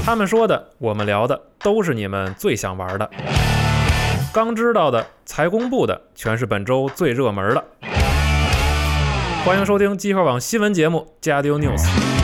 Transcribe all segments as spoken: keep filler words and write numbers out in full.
他们说的，我们聊的，都是你们最想玩的。刚知道的，才公布的，全是本周最热门的。欢迎收听机核网新闻节目《加丢 News》。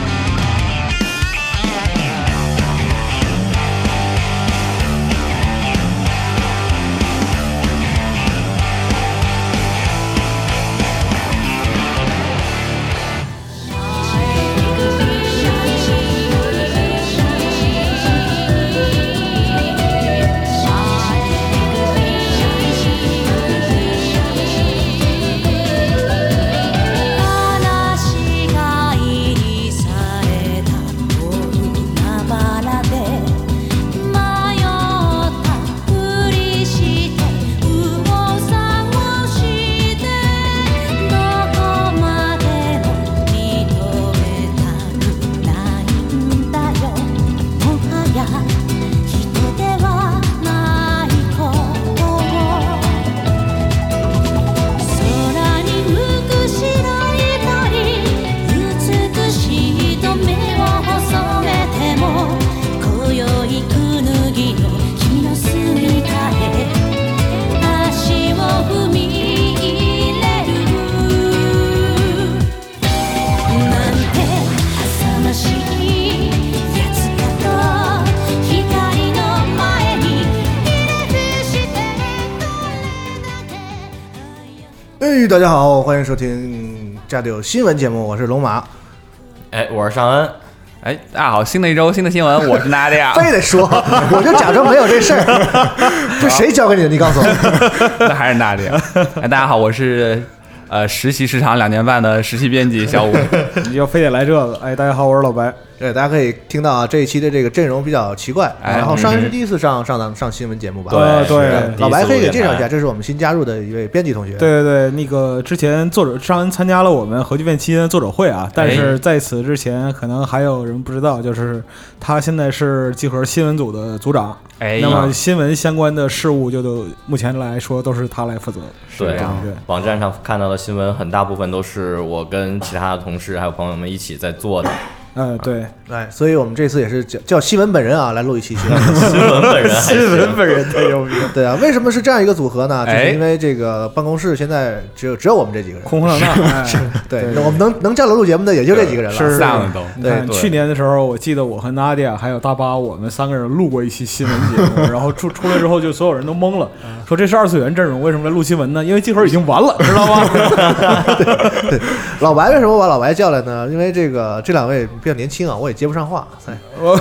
大家好，欢迎收听加丢新闻节目，我是龙马。 哎，我是尚恩。 哎，大家好，新的一周新的新闻，我是娜迪亚。 非得说，我就假装没有这事儿。这谁教给你的？你告诉我。 那还是娜迪亚。哎，大家好，我是呃实习时长两年半的实习编辑小武。 你就非得来这个？哎，大家好，我是老白。 对，大家可以听到啊，这一期的这个阵容比较奇怪，哎、然后上一是第一次上上上上新闻节目吧？ 对对， 老白可以给介绍一下，这是我们新加入的一位编辑同学。 对对对，那个之前作者上恩参加了我们核聚变期间的作者会啊，但是在此之前，可能还有人不知道，就是他现在是集合新闻组的组长。哎，那么新闻相关的事务就都目前来说都是他来负责。 对，网站上看到的新闻很大部分都是我跟其他的同事还有朋友们一起在做的。 嗯，对， 对，所以我们这次也是叫叫新闻本人啊来录一期新闻。 新闻本人， 新闻本人太牛逼了。 对啊，为什么是这样一个组合呢？就是因为这个办公室现在只有只有我们这几个人， 空空荡荡。 对，我们能能叫来录节目的也就这几个人了。 是散了都。 对，去年的时候，我记得我和娜迪亚还有大巴，我们三个人录过一期新闻节目，然后出出来之后，就所有人都懵了，说这是二次元阵容，为什么来录新闻呢？因为集合已经完了，知道吗？ 对对，老白为什么把老白叫来呢？因为这个这两位比较年轻啊，我也接不上话。我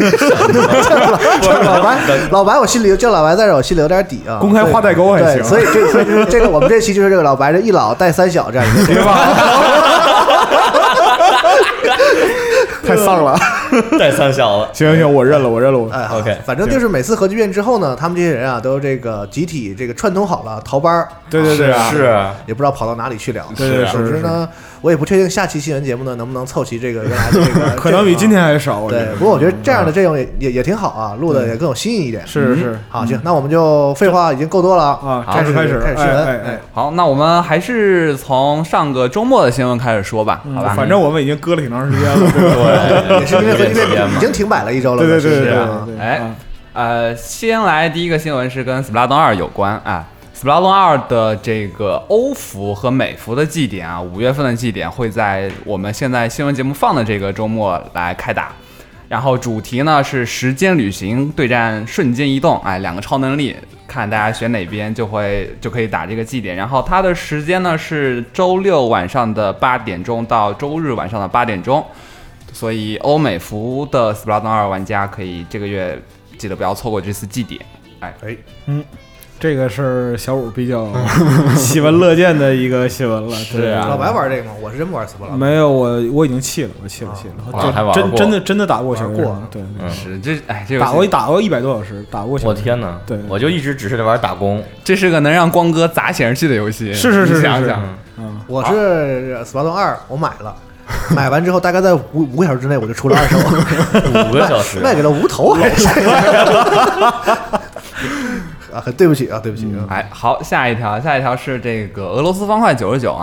老白，老白，我心里叫老白，在这我心里有点底啊。 公开画代沟还行。 所以这所以就是这个我们这期就是这个老白这一老带三小这样一个情况。 太丧了， 带三小了。 行行行，我认了，我认了，我。 哎 ，OK。 反正就是每次核聚变之后呢，他们这些人啊，都这个集体这个串通好了逃班。 对对对， 是， 也不知道跑到哪里去了。 对对， 总之呢，我也不确定下期新闻节目呢能不能凑齐这个原来的这个， 可能比今天还少。 对，不过我觉得这样的阵容也也也挺好啊，录的也更有新意一点。 是是， 好，行，那我们就废话已经够多了啊， 开始开始开始新闻。 哎， 好，那我们还是从上个周末的新闻开始说吧，好吧？ 反正我们已经搁了挺长时间了， 对， 也是因为核聚变已经停摆了一周了。 对对对对对。 哎，呃，先来第一个新闻是跟《斯普拉顿二》有关啊。《斯普拉顿二》的这个欧服和美服的祭典啊，五月份的祭典会在我们现在新闻节目放的这个周末来开打。然后主题呢是时间旅行对战瞬间移动，哎，两个超能力，看大家选哪边就会就可以打这个祭典。然后它的时间呢是周六晚上的八点钟到周日晚上的八点钟，所以欧美服的《斯普拉顿二》玩家可以这个月记得不要错过这次祭典。哎哎， 嗯。这个是小五比较喜闻乐见的一个新闻了。 是啊， 老白玩这个吗？我是真不玩斯普拉。 没有，我我已经弃了，我弃了弃了。 啊、还玩真真的真的打过小过， 对， 嗯、是这哎，这打过打过一百多小时，打过。 我天哪！ 对， 我就一直只是在玩打工。 这是个能让光哥砸显示器的游戏。 是是是是想想， 嗯，我是斯普拉顿二，我买了。买完之后，大概在五五个小时之内，我就出了二手。 五个小时， 卖给了无头还是？啊，对不起啊，对不起啊！ 哎，好，下一条，下一条是这个俄罗斯方块九十九啊，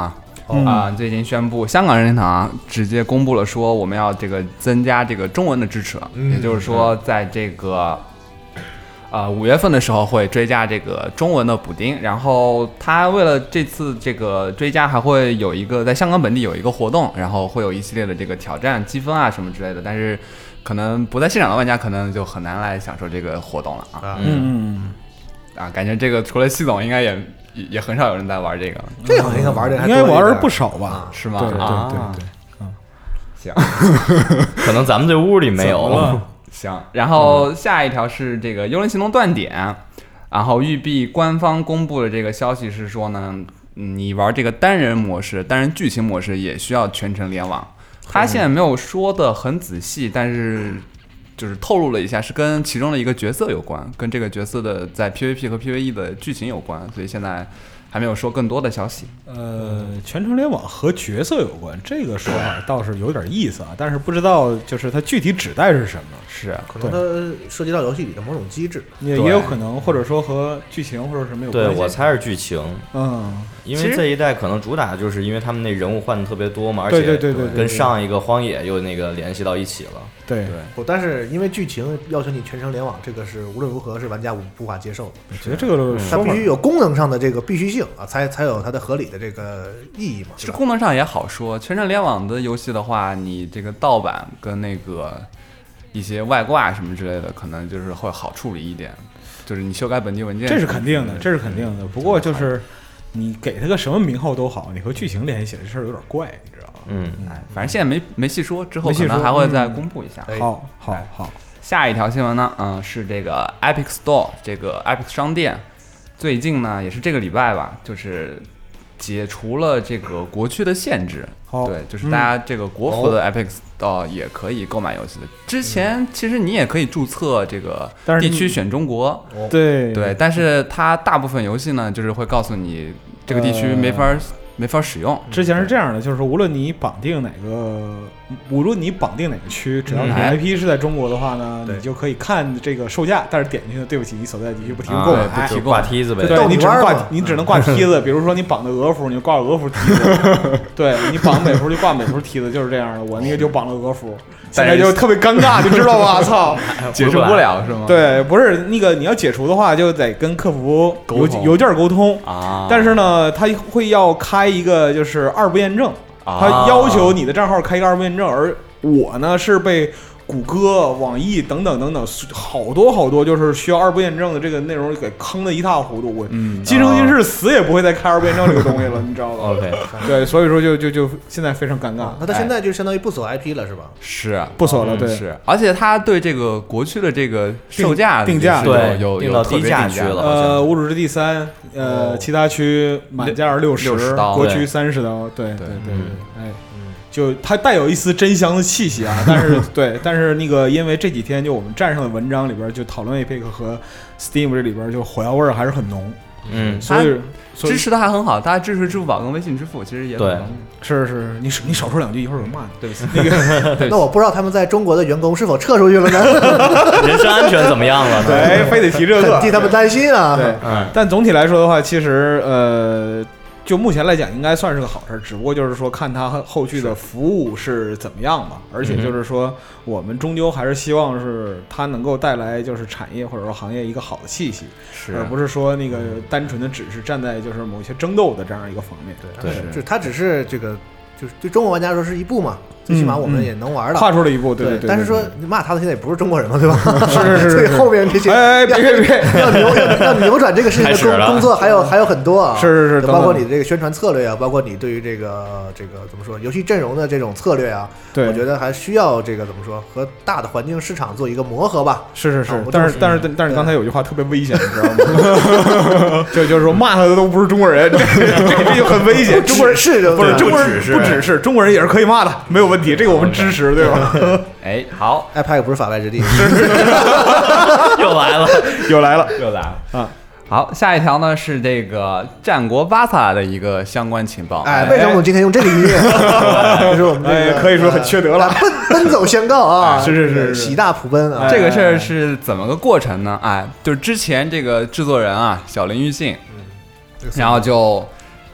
啊、呃，最近宣布香港任天堂直接公布了说我们要这个增加这个中文的支持了，嗯、也就是说在这个。呃，五月份的时候会追加这个中文的补丁，然后他为了这次这个追加，还会有一个在香港本地有一个活动，然后会有一系列的这个挑战积分啊什么之类的，但是可能不在现场的玩家可能就很难来享受这个活动了啊。 嗯啊，感觉这个除了系总，应该也也很少有人在玩这个。 这个好像玩的应该玩的不少吧？ 是吗？ 对对对对， 嗯，行， 可能咱们这屋里没有。 行，然后下一条是这个《幽灵行动》断点，然后育碧官方公布的这个消息是说呢，你玩这个单人模式、单人剧情模式也需要全程联网。他现在没有说的很仔细，但是就是透露了一下，是跟其中的一个角色有关，跟这个角色的在 P V P 和 P V E 的剧情有关，所以现在还没有说更多的消息。 呃，全程联网和角色有关，这个说法倒是有点意思啊，但是不知道就是它具体指代是什么。 是， 可能它涉及到游戏里的某种机制， 也也有可能，或者说和剧情或者什么有关系。 对，我猜是剧情。 嗯， 因为这一代可能主打就是因为他们那人物换的特别多嘛，而且对对对跟上一个荒野又那个联系到一起了。 对对，不，但是因为剧情要求你全程联网，这个是无论如何是玩家无无法接受的。 我觉得这个它必须有功能上的这个必须性啊，才才有它的合理的这个意义嘛。 其实功能上也好说，全程联网的游戏的话，你这个盗版跟那个一些外挂什么之类的，可能就是会好处理一点，就是你修改本地文件， 这是肯定的，这是肯定的。不过就是你给它个什么名号都好，你和剧情联系起来这事儿有点怪，你知道吗？ 嗯， 哎，反正现在没没细说，之后可能还会再公布一下。 嗯、好，好，好。 下一条新闻呢，嗯，是这个 Epic Store 这个 Epic 商店，最近呢也是这个礼拜吧，就是解除了这个国区的限制。对，就是大家这个国服的 Epic Store 也可以购买游戏的。之前其实你也可以注册这个地区选中国， 对对，但是它大部分游戏呢，就是会告诉你这个地区没法。呃没法使用。 之前是这样的，就是无论你绑定哪个，无论你绑定哪个区，只要你 I P 是在中国的话呢， 嗯、 你就可以看这个售价。但是点进去呢，对不起，你所在地区不提供购买， 啊、不提供挂梯子呗。 对，你只能挂，你只能挂梯子。比如说你绑的俄服，你就挂俄服梯子；对你绑美服就挂美服梯子，就是这样的。我那个就绑了俄服。现在就特别尴尬，你知道吧？操， 解除不了是吗？ 对，不是那个你要解除的话，就得跟客服邮邮件沟通啊。 但是呢，他会要开一个就是二步验证，他要求你的账号开一个二步验证，而我呢是被谷歌、网易等等等等好多好多就是需要二步验证的这个内容给坑得一塌糊涂，我嗯， 今生今世死也不会再开二步验证这个东西了，你知道吧 ？OK， 对，所以说就就就现在非常尴尬。 那他现在就相当于不锁 I P 了，是吧？ 是不锁了，对， 是，而且他对这个国区的这个售价定价对有定到低价区了， 呃，无主之地三，呃，其他区满价六十，国区三十刀，对对对，哎。就它带有一丝真香的气息啊，但是对，但是那个因为这几天就我们站上的文章里边就讨论 Epic 和 Steam 这里边就火药味儿还是很浓， 嗯， 所以支持的还很好，大家支持支付宝跟微信支付，其实也很对， 是是，你你少说两句，一会儿有人骂你， 对不起。 那个， 那我不知道他们在中国的员工是否撤出去了呢？ 人身安全怎么样了呢？ 对，非得提这个， 替他们担心啊。 对， 嗯， 但总体来说的话，其实呃。就目前来讲，应该算是个好事，只不过就是说看它后续的服务是怎么样吧。而且就是说，我们终究还是希望是它能够带来就是产业或者说行业一个好的气息， 是而不是说那个单纯的只是站在就是某些争斗的这样一个方面。 对，对，就它只是这个，就是对中国玩家说是一步嘛。最起码我们也能玩了， 跨出了一步，对对对。 但是说你骂他的现在也不是中国人了，对吧？ 是是是。 所以后面这些， 哎，别别别， 要扭要扭转这个事情的工工作还有还有很多啊。 是是是， 包括你这个宣传策略啊，包括你对于这个这个怎么说游戏阵容的这种策略啊， 对， 我觉得还需要这个怎么说和大的环境市场做一个磨合吧。 是是是，但是但是但是刚才有句话特别危险，你知道吗？就就是说骂他的都不是中国人，这这就很危险。中国人是不是中国人不只是中国人也是可以骂的，没有问题，这个我们支持。对吧？ 哎，好 ，iPad 不是法外之地， 又来了， 又来了，又来了啊！好，下一条呢是这个战国巴萨的一个相关情报。 哎，为什么我今天用这个音乐？就是我们这个可以说很缺德了， 奔奔走宣告啊！ 是是是， 喜大普奔啊！ 这个事儿是怎么个过程呢？哎，就是之前这个制作人啊，小林玉信，然后就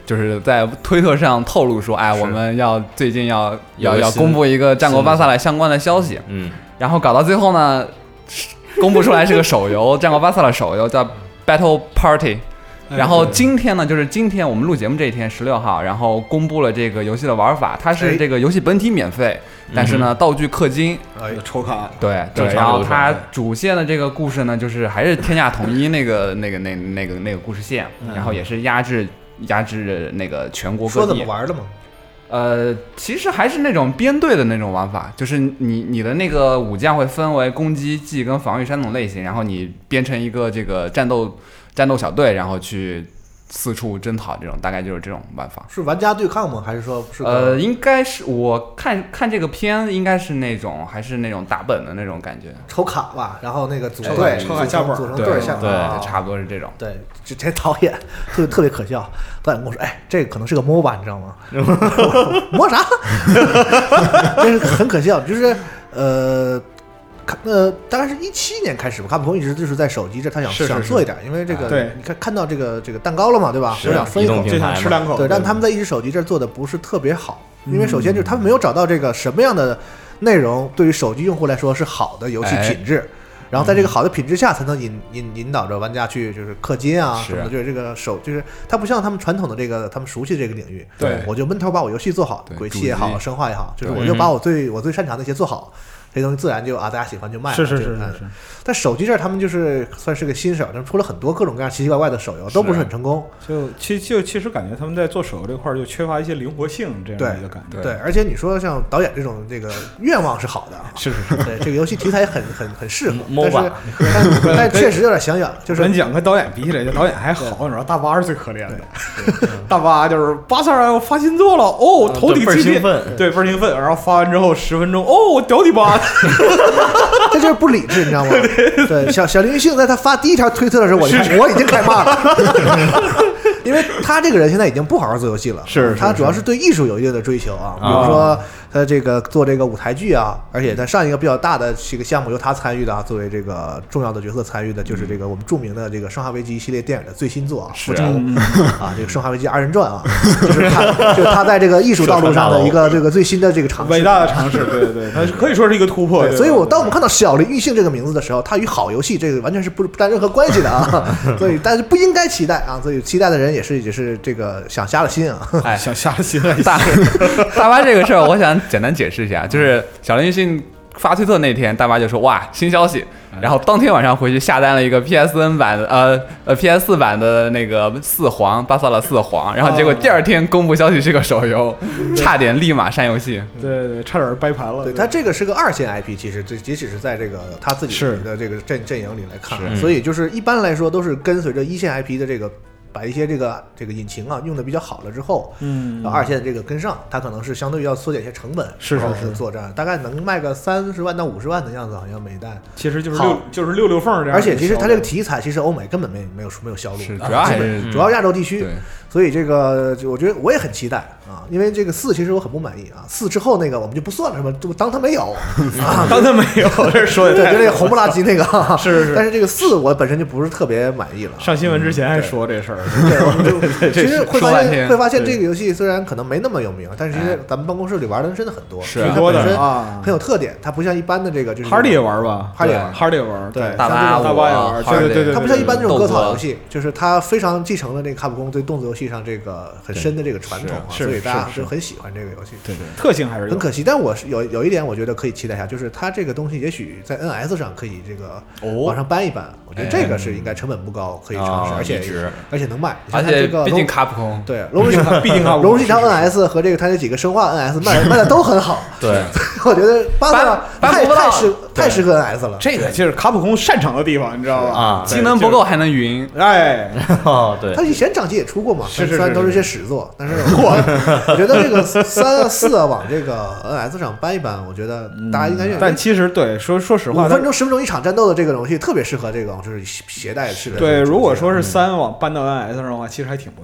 就是在推特上透露说，哎，我们要最近要要要公布一个战国巴萨莱相关的消息， 嗯， 然后搞到最后呢，公布出来是个手游，战国巴萨的手游叫 Battle Party。然后今天呢，就是今天我们录节目这一天，十六号，然后公布了这个游戏的玩法。它是这个游戏本体免费，但是呢，道具氪金， 哎，抽卡。 对对。然后它主线的这个故事呢，就是还是天下统一那个那个那那个那个故事线，然后也是压制压制那个全国各地。 说怎么玩的吗？ 呃，其实还是那种编队的那种玩法，就是你你的那个武将会分为攻击、技跟防御三种类型，然后你编成一个这个战斗。战斗小队，然后去四处征讨，这种大概就是这种玩法。 是玩家对抗吗？还是说是？ 呃，应该是我看看这个片，应该是那种还是那种打本的那种感觉。 抽卡吧，然后那个组队， 抽卡下本， 组成队下对，对，差不多是这种。 对，这这导演特别特别可笑，导演跟我说：“哎，这个可能是个 M O B A， 你知道吗？摸啥？真是很可笑，就是呃。”呃，大概是一七年开始吧，卡普空一直就是在手机这，他想是是是想做一点，因为这个， 对， 你看看到这个这个蛋糕了嘛，对吧？我想分一口， 就想吃两口。 对，但他们在一直手机这做的不是特别好，因为首先就是他们没有找到这个什么样的内容对于手机用户来说是好的游戏品质。哎，然后在这个好的品质下，才能引引引导着玩家去就是氪金啊什么的，就是这个手就是它不像他们传统的这个他们熟悉的这个领域， 对， 我就闷头把我游戏做好，鬼泣也好，生化也好，就是我就把我最我最擅长的一些做好。这东西自然就啊，大家喜欢就卖了。 是是是是是。 但手机这儿他们就是算是个新手，但出了很多各种各样奇奇怪怪的手游，都不是很成功。 就其就其实感觉他们在做手游这块就缺乏一些灵活性这样的一个感觉。 对，而且你说像导演这种这个愿望是好的， 是是是。 对，这个游戏题材很很很适合，但是但但确实有点想想，就是咱讲跟导演比起来，导演还好，你知道大巴是最可怜的。大巴就是巴萨尔发新作了，哦，头顶倍兴奋， 对，倍兴奋。然后发完之后十分钟，哦，我屌你巴。 这就是不理智，你知道吗？对，小小林幸在他发第一条推特的时候，我就我已经开骂了，因为他这个人现在已经不好好做游戏了， 是他主要是对艺术有一定的追求啊，比如说他这个做这个舞台剧啊，而且他上一个比较大的这个项目由他参与的啊，作为这个重要的角色参与的，就是这个我们著名的这个《生化危机》系列电影的最新作啊，复仇啊，这个《生化危机二人传》啊，就是他，就是他在这个艺术道路上的一个这个最新的这个尝试， 伟大的尝试，对对对，他可以说是一个突破。 所以我当我们看到小林玉幸这个名字的时候，他与好游戏这个完全是不不沾任何关系的啊，所以但是不应该期待啊，所以期待的人也是也是这个想瞎了心啊， 哎， 想瞎了心。 大大巴这个事儿，我想简单解释一下，就是小林玉幸发推特那天，大巴就说哇新消息，然后当天晚上回去下单了一个 P S N 版的呃呃 P S 四版的那个四皇巴萨勒四皇，然后结果第二天公布消息是个手游，差点立马删游戏。 对对，差点掰盘了。 对，他这个是个二线 I P， 其实这即使是在这个他自己的这个阵阵营里来看，所以就是一般来说都是跟随着一线 I P 的这个。把一些这个这个引擎啊用的比较好了之后，嗯，二线这个跟上，它可能是相对于要缩减一些成本， 是是是作战，大概能卖个三十万到五十万的样子，好像每单， 其实就是六就是六六缝这样。 而且其实它这个题材，其实欧美根本没没有没有销路， 是主要还是主要亚洲地区，所以这个我觉得我也很期待啊，因为这个四其实我很不满意啊，四之后那个我们就不算了，是吧？就当它没有啊，当它没有，这说的对，就那个红不拉几那个， 是是。 但是这个四我本身就不是特别满意了。 上新闻之前还说这事儿， 对，我们就。其实会发现，会发现这个游戏虽然可能没那么有名，但是其实咱们办公室里玩的人真的很多， 是多的啊，很有特点。它不像一般的这个，就是哈利也玩吧， 哈利也玩， 哈利也玩， 对， 大巴大巴也玩，对对对， 它不像一般这种割草游戏，就是它非常继承了这个卡普空对动作游戏上这个很深的这个传统啊，所以大家就很喜欢这个游戏。 对对，特性还是很可惜。但我是有有一点，我觉得可以期待一下，就是它这个东西也许在 N S 上可以这个往上搬一搬。我觉得这个是应该成本不高，可以尝试，而且而且能卖， 而且毕竟卡普空。 对，龙之毕竟龙之条 N S 和这个它这几个生化 N S 卖卖的都很好。 对， 我觉得巴萨太太适太适合 N S 了。 这个就是卡普空擅长的地方，你知道吧？ 啊， 技能不够还能云， 哎， 哦，对， 他以前掌机也出过嘛， 是是， 虽然都是一些史作，但是我我觉得这个三啊四啊往这个 N S 上搬一搬，我觉得大家应该愿意。 但其实对说说实话， 五分钟十分钟一场战斗的这个游戏特别适合这种就是携带式的。 对，如果说是三往搬到 N S 上的话，其实还挺不错的。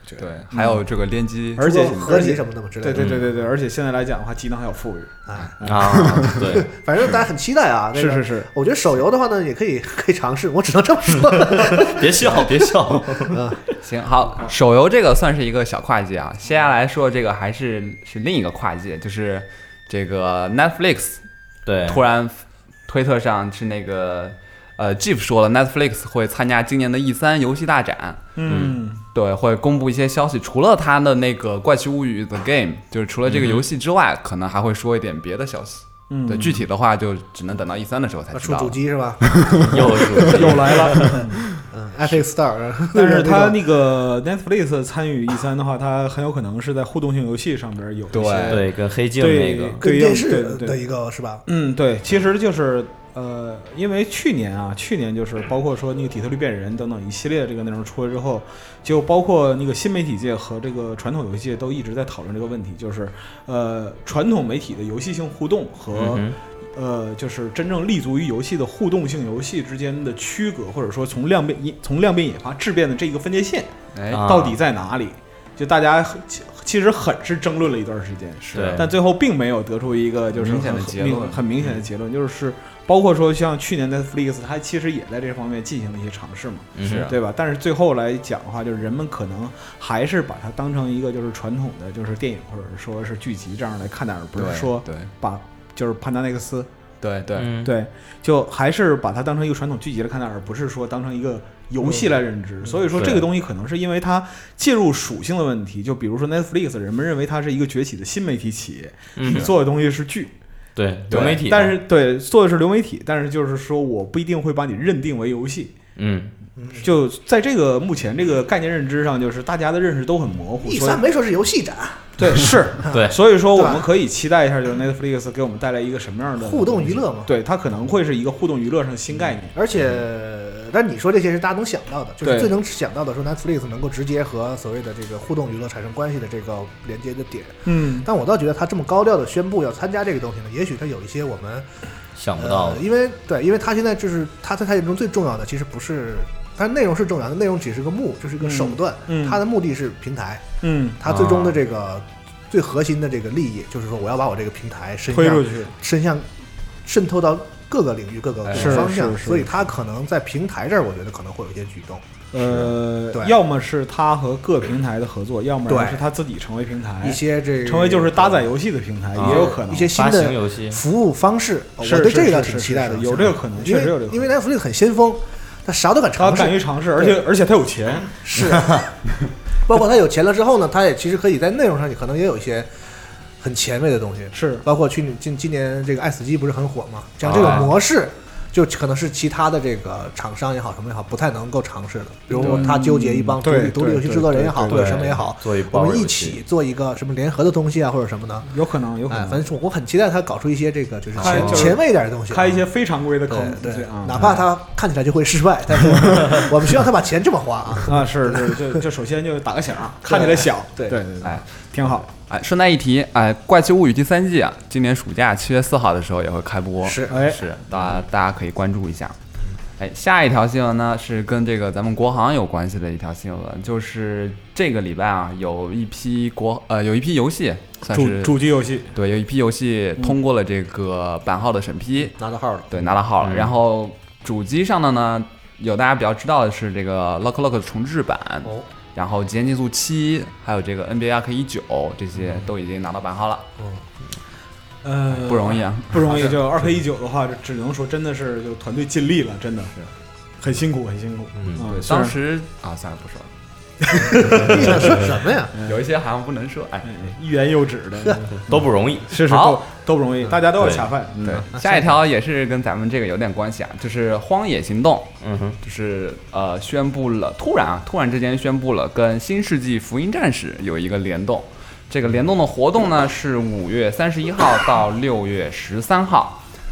对，还有这个联机， 而且合集什么的嘛之类的。 对对对对对，而且现在来讲的话，机能还有富裕啊啊，对， 反正大家很期待啊。 是是是， 我觉得手游的话呢，也可以可以尝试，我只能这么说。 别笑别笑。 嗯， 行好，手游这个算是一个小跨界啊。接下来说这个还是是另一个跨界，就是这个 Netflix， 对， 突然推特上是那个。呃 ，Jeff 说了 ，Netflix 会参加今年的 E 三 游戏大展， 嗯， 对，会公布一些消息。除了他的那个《怪奇物语》The Game， 就是除了这个游戏之外，嗯、可能还会说一点别的消息。嗯，对，具体的话就只能等到 E 三 的时候才知道。 出主机是吧？ 又是又来了。 嗯 ，Epic Store， 但是他那个 Netflix 参与 E 三 的话，它很有可能是在互动性游戏上边有一些对对，跟黑镜那个跟电视的一个是吧？ 嗯，对，其实就是。呃，因为去年啊，去年就是包括说那个底特律变人等等一系列这个内容出来之后，就包括那个新媒体界和这个传统游戏界都一直在讨论这个问题，就是呃，传统媒体的游戏性互动和、嗯、呃，就是真正立足于游戏的互动性游戏之间的区隔，或者说从量变从量变引发质变的这个分界线，哎，到底在哪里？就大家其实很是争论了一段时间， 是， 但最后并没有得出一个就是明显的结论， 很明显的结论，就是包括说像去年的 Netflix， 它其实也在这方面进行了一些尝试嘛， 是对吧？但是最后来讲的话，就是人们可能还是把它当成一个就是传统的就是电影或者说是剧集这样来看待，而不是说对把就是潘达内克斯。 对对、 嗯、对，就还是把它当成一个传统剧集来看待，而不是说当成一个游戏来认知。嗯、所以说这个东西可能是因为它介入属性的问题，就比如说 Netflix， 人们认为它是一个崛起的新媒体企业， 嗯、 你做的东西是剧， 对流媒体， 但是对做的是流媒体，但是就是说我不一定会把你认定为游戏。 嗯。 就在这个目前这个概念认知上，就是大家的认识都很模糊。 E 三没说是游戏展， 对，是， 对， 所以说我们可以期待一下，就是 Netflix 给我们带来一个什么样的互动娱乐嘛？ 对，它可能会是一个互动娱乐上的新概念。 而且，但你说这些是大家能想到的，就是最能想到的，说 Netflix 能够直接和所谓的这个互动娱乐产生关系的这个连接的点。 嗯， 但我倒觉得他这么高调的宣布要参加这个东西呢，也许他有一些我们想不到的、 呃，因为对，因为他现在就是他在他眼中最重要的，其实不是。但内容是重要的，内容只是个目，就是一个手段。 嗯， 它的目的是平台。 嗯， 它最终的这个、啊、最核心的这个利益，就是说我要把我这个平台伸推出去， 伸向渗透到各个领域、各个方向。 是是是， 所以它可能在平台这儿，我觉得可能会有一些举动。 呃，要么是他和各平台的合作，要么是他自己成为平台， 一些这成为就是搭载游戏的平台，也有可能一些新的服务方式。我对这个挺期待的， 有这个可能，确实有这个， 因为 Netflix 很先锋。他啥都敢尝试， 他敢于尝试，而且而且他有钱， 是，包括他有钱了之后呢，他也其实可以在内容上，可能也有一些很前卫的东西， 是， 包括去年今今年这个爱死机不是很火嘛，像这个模式。就可能是其他的这个厂商也好，什么也好，不太能够尝试的。比如说，他纠结一帮独立独立游戏制作人也好，或者什么也好，我们一起做一个什么联合的东西啊，或者什么的， 有可能，有可能。 哎、反正我很期待他搞出一些这个就是前前卫一点的东西， 开一些非常规的坑， 对，对哪怕他看起来就会失败，但是我们希望他把钱这么花啊。 啊，是是，就就首先就打个响，看起来小， 对对对，哎，挺好。 哎，顺带一提，哎，《怪奇物语》第三季啊，今年暑假七月四号的时候也会开播， 是， 哎， 是，大家大家可以关注一下。哎，下一条新闻呢是跟这个咱们国行有关系的一条新闻，就是这个礼拜啊，有一批国呃有一批游戏，算是主主机游戏， 对，有一批游戏通过了这个版号的审批， 嗯、拿到号了， 对，拿到号了。 嗯、 然后主机上的呢，有大家比较知道的是这个 Lock Lock 的重置版。 哦。 然后《极限竞速七》还有这个 N B A 二 K 十九这些都已经拿到版号了。 嗯，呃， 不容易啊， 不容易。就二 K 十九的话，只能说真的是就团队尽力了，真的是很辛苦，很辛苦。 嗯，对，当时啊，算了，不说了。 你想说什么呀？ 有一些好像不能说，哎， 欲言又止的， 都不容易， 是是都都不容易，大家都要恰饭。 对，下一条也是跟咱们这个有点关系啊，就是《荒野行动》， 嗯哼， 就是呃宣布了，突然啊，突然之间宣布了跟《新世纪福音战士》有一个联动。这个联动的活动呢是五月三十一号到六月十三号。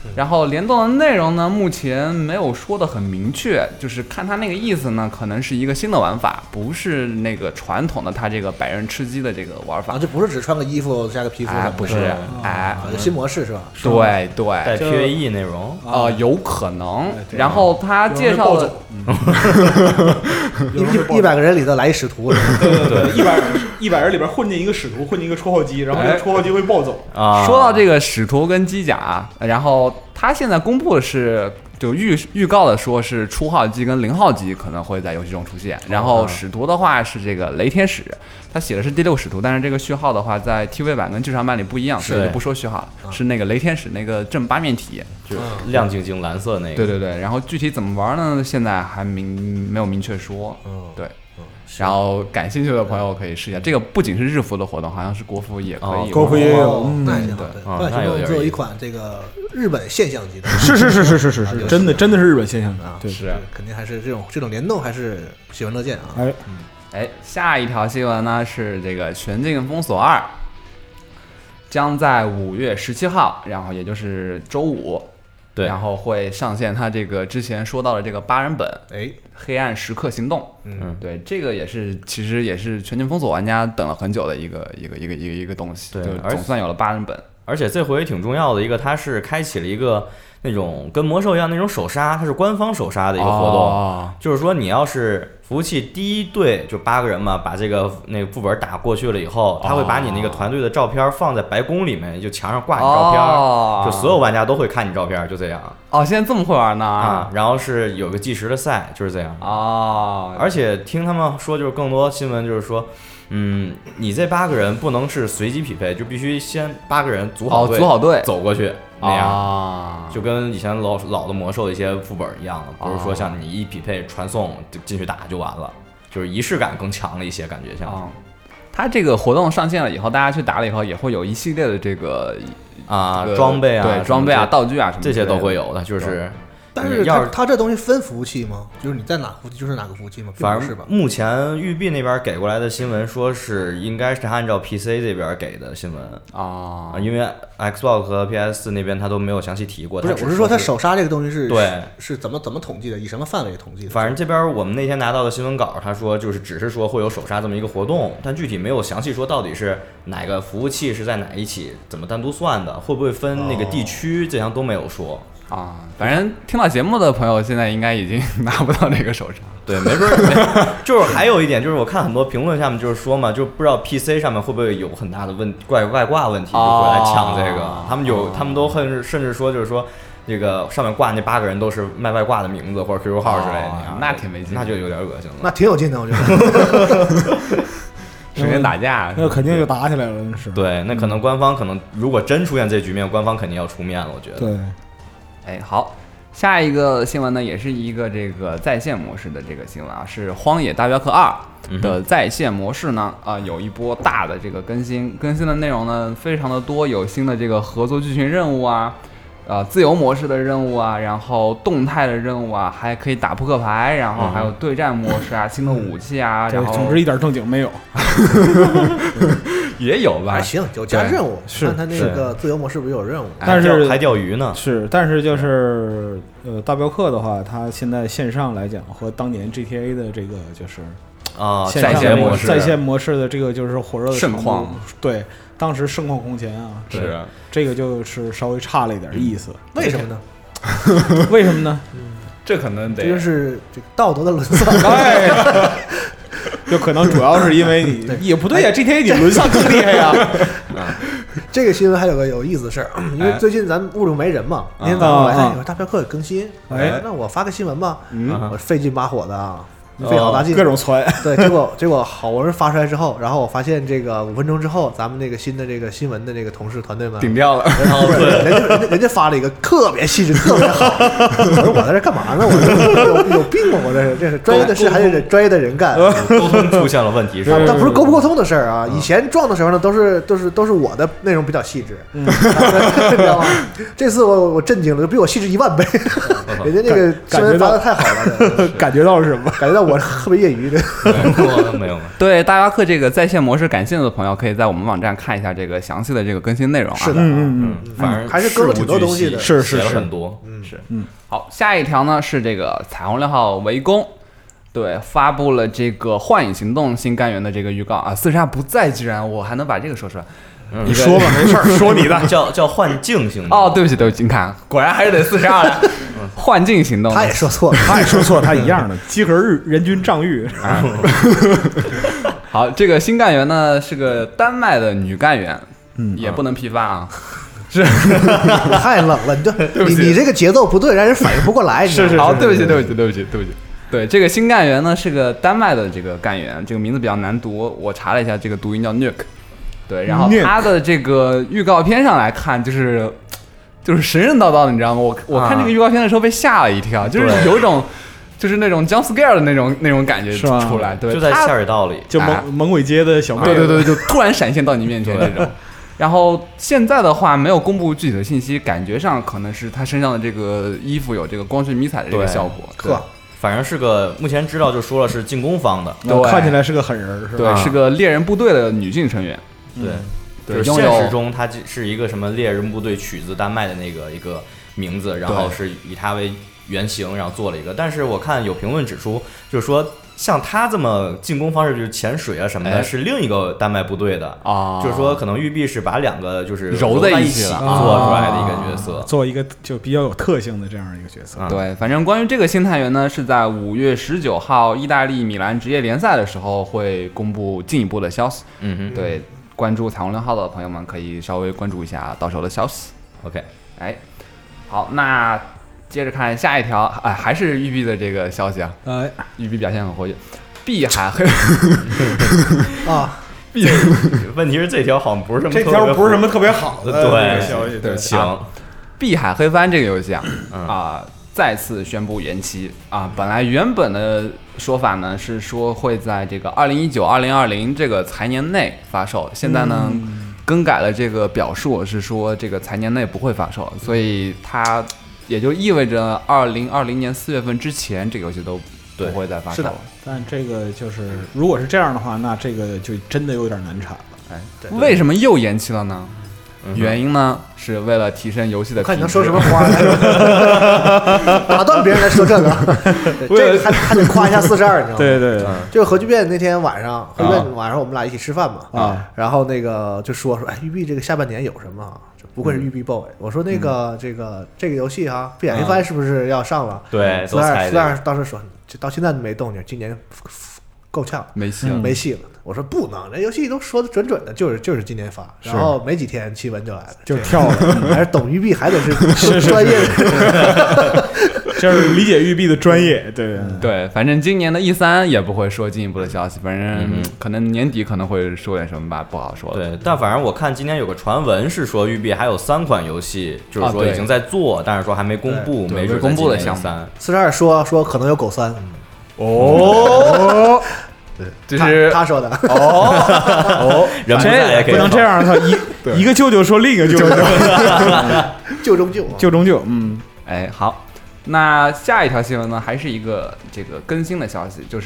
然后联动的内容呢，目前没有说的很明确，就是看他那个意思呢，可能是一个新的玩法，不是那个传统的他这个百人吃鸡的这个玩法。 啊，这不是只穿个衣服加个皮肤的， 哎，不是，哎， 新模式是吧？ 对对， 带 P V E 内容， 呃，有可能。然后他介绍了， 一一百个人里头来一使徒， 对对对，一百一百人里边混进一个使徒，混进一个戳号机，然后这个戳号机会暴走。 啊， 说到这个使徒跟机甲，然后他现在公布的是。就预预告的说是初号机跟零号机可能会在游戏中出现，然后使徒的话是这个雷天使，他写的是第六使徒，但是这个序号的话在 T V 版跟剧场版里不一样，所以就不说序号了，是那个雷天使那个正八面体， 就是亮晶晶蓝色那个。 对对对，然后具体怎么玩呢？现在还明没有明确说。嗯，对。然后感兴趣的朋友可以试一下，这个不仅是日服的活动，好像是国服也可以。 国服也有， 那也对。万行动做一款这个日本现象级的， 是是是是是是是，真的真的是日本现象级啊！ 对，是肯定还是这种这种联动还是喜闻乐见啊！ 哎， 哎，下一条新闻呢是这个《全境封锁二》将在五月十七号，然后也就是周五。 对， 然后会上线它这个之前说到的这个八人本， 哎， 黑暗时刻行动， 嗯， 对，这个也是其实也是全境封锁玩家等了很久的一个一个一个一个一个东西， 对， 就总算有了八人本， 而且这回挺重要的一个，它是开启了一个那种跟魔兽一样那种首杀，它是官方首杀的一个活动， 哦、 就是说你要是服务器第一队就八个人嘛，把这个那个副本打过去了以后，他会把你那个团队的照片放在白宫里面，就墙上挂你照片， 哦、 就所有玩家都会看你照片，就这样。 哦，现在这么会玩呢？ 啊，然后是有个计时的赛，就是这样。 哦， 而且听他们说，就是更多新闻就是说，嗯，你这八个人不能是随机匹配，就必须先八个人组好队， 哦、组好队走过去。那样、 啊， 就跟以前老老的魔兽的一些副本一样的，不是说像你一匹配传送就进去打就完了，就是仪式感更强了一些，感觉像。 啊，它这个活动上线了以后，大家去打了以后，也会有一系列的这个啊、这个、装备啊， 对装备啊、道具啊什么这些都会有的，就是。 但是它它这东西分服务器吗？就是你在哪服务器就是哪个服务器吗？ 反正是吧。 目前育碧那边给过来的新闻说是应该是按照 P C 这边给的新闻啊， 因为 Xbox 和 P S 那边他都没有详细提过。 不是，我是说它首杀这个东西是对是怎么怎么统计的？以什么范围统计的？ 反正这边我们那天拿到的新闻稿，他说就是只是说会有首杀这么一个活动，但具体没有详细说到底是哪个服务器是在哪一起，怎么单独算的，会不会分那个地区，哦、这样都没有说。 啊，反正听到节目的朋友现在应该已经拿不到那个手上。 对，没准儿。就是还有一点，就是我看很多评论下面就是说嘛，就不知道 P C 上面会不会有很大的问怪外挂问题，就会来抢这个。 哦、 他们有，他们都很甚至说就是说，这个上面挂那八个人都是卖外挂的名字或者 Q Q 号之类的、 哦，那挺没劲， 那就有点恶心了。 那挺有劲的，我觉得。 首先打架， 那肯定就打起来了，是。 对，那可能官方可能如果真出现这局面，官方肯定要出面了，我觉得。 对。 哎，好，下一个新闻呢，也是一个这个在线模式的这个新闻啊，是《荒野大镖客二》的在线模式呢，啊、呃，有一波大的这个更新，更新的内容呢非常的多，有新的这个合作剧情任务啊，呃，自由模式的任务啊，然后动态的任务啊，还可以打扑克牌，然后还有对战模式啊，新的武器啊，然后总之一点正经没有。 也有吧， 还行，有加任务。 是， 看他那个自由模式不是有任务， 但是还钓鱼呢。 是，但是就是呃，大镖客的话，它现在线上来讲和当年 G T A 的这个就是啊在线模式， 在线模式的这个就是火热的盛况， 对，当时盛况空前啊。 是， 这个就是稍微差了一点意思。 为什么呢？ 为什么呢？ 嗯，这可能得这就是这道德的沦丧。 哎就可能主要是因为你也不对呀、啊、，G T A 你沦丧更厉害呀、 啊。这个新闻还有个有意思的事儿，因为最近咱屋里没人嘛，那天早上来哎，有大镖客更新，哎，那我发个新闻吧，嗯，我费劲巴火的啊。费好大劲， 各种传。 对，结果结果好文发出来之后，然后我发现这个五分钟之后，咱们那个新的这个新闻的这个同事团队们顶掉了， 然后人家人家人家发了一个特别细致、特别好。我说我在这干嘛呢？我这有有病吗？我这是这是专业的事还得专业的人干。 沟通出现了问题，是吧？ 但不是沟不沟通的事儿啊。以前撞的时候呢，都是都是都是我的内容比较细致，你知道吗？这次我我震惊了，比我细致一万倍。人家那个新闻发的太好了， 感觉到是什么？ 感觉到。 我特别业余的， 没有。 对大镖客这个在线模式感兴趣的朋友，可以在我们网站看一下这个详细的这个更新内容啊。 是的， 嗯嗯，反正还是更了挺多东西的， 是是写了很多， 嗯是嗯。好，下一条呢是这个彩虹六号围攻。对，发布了这个《幻影行动》新干员的这个预告啊，四十二不在，居然我还能把这个说出来。 嗯、 你说吧，没事儿，说你的， 叫叫幻境行动。 哦，对不起，对不起，你看，果然还是得四十二来。幻境行动， 他也说错了， 他也说错了，他一样的。集合日人均丈域。 啊、好，这个新干员呢是个丹麦的女干员，嗯，也不能批发啊。是太冷了，你这你你这个节奏不对，让人反应不过来。 是是，好，对不起，对不起，对不起，对不起。对，这个新干员呢是个丹麦的这个干员，这个名字比较难读，我查了一下，这个读音叫 Nuke。对，然后他的这个预告片上来看，就是就是神神叨叨的，你知道吗？我我看这个预告片的时候被吓了一跳，啊、就是有种就是那种 jump scare 的那种那种感觉出来，对， 就在下水道里， 就猛、啊、猛鬼街的小妹， 对对对，就突然闪现到你面前这种。然后现在的话没有公布具体的信息，感觉上可能是他身上的这个衣服有这个光学迷彩的这个效果， 对。 反正是个目前知道就说了是进攻方的， 看起来是个狠人，是吧？ 对，是个猎人部队的女性成员。 对， 对， 就是现实中她是一个什么猎人部队取自丹麦的那个一个名字，然后是以她为原型，然后做了一个。但是我看有评论指出，就是说像她这么进攻方式，就是潜水啊什么的，哎、是另一个丹麦部队的啊。就是说可能育碧是把两个就是揉在一起了做出来的一个角色， 啊、做一个就比较有特性的这样一个角色。 嗯、对，反正关于这个新探员呢，是在五月十九号意大利米兰职业联赛的时候会公布进一步的消息。 嗯哼， 对。关注彩虹六号的朋友们可以稍微关注一下到时候的消息。 OK， 哎，好，那接着看下一条，哎，还是育碧的这个消息啊。 哎， 育碧表现很活跃。碧海黑啊， 碧问题是这条好像不是什么这条不是什么特别好的对消息。 对， 行。 啊、碧海黑帆这个游戏啊，嗯、啊。再次宣布延期啊！本来原本的说法呢是说会在这个二零一九、二零二零这个财年内发售，现在呢、嗯、更改了这个表述，是说这个财年内不会发售，所以它也就意味着二零二零年四月份之前这个游戏都不会再发售了。 但这个就是如果是这样的话，那这个就真的有点难产了。 哎，为什么又延期了呢？原因呢是为了提升游戏的品质。 看你能说什么花来打断别人来说这个，这个还还得夸一下四十二，你知道吗？ 对对对， 就是核聚变那天晚上，核聚变晚上我们俩一起吃饭嘛， 啊， 然后那个就说说，哎，育碧这个下半年有什么啊？不愧是育碧 boy，我说那个这个这个游戏哈，碧海黑帆是不是要上了？ 对， 四二四二当时说，就到现在没动静，今年够呛， 没戏了， 没戏了。我说不能，这游戏都说的准准的，就是就是今年发，然后没几天奇闻就来了， 就跳了。 还是懂育碧，还得是专业的， 就是理解育碧的专业。对对，反正今年的 E 三也不会说进一步的消息，反正可能年底可能会说点什么吧，不好说了。 对，但反正我看今年有个传闻是说育碧还有三款游戏，就是说已经在做，但是说还没公布，没准公布的项目。 四十二说说可能有狗三。 哦。 对， 这是他, 他说的哦哦， 人不在也可以不能这样，他一一个舅舅说另一个舅舅， 舅中舅， 舅中舅，嗯， 哎，好，那下一条新闻呢，还是一个这个更新的消息，就是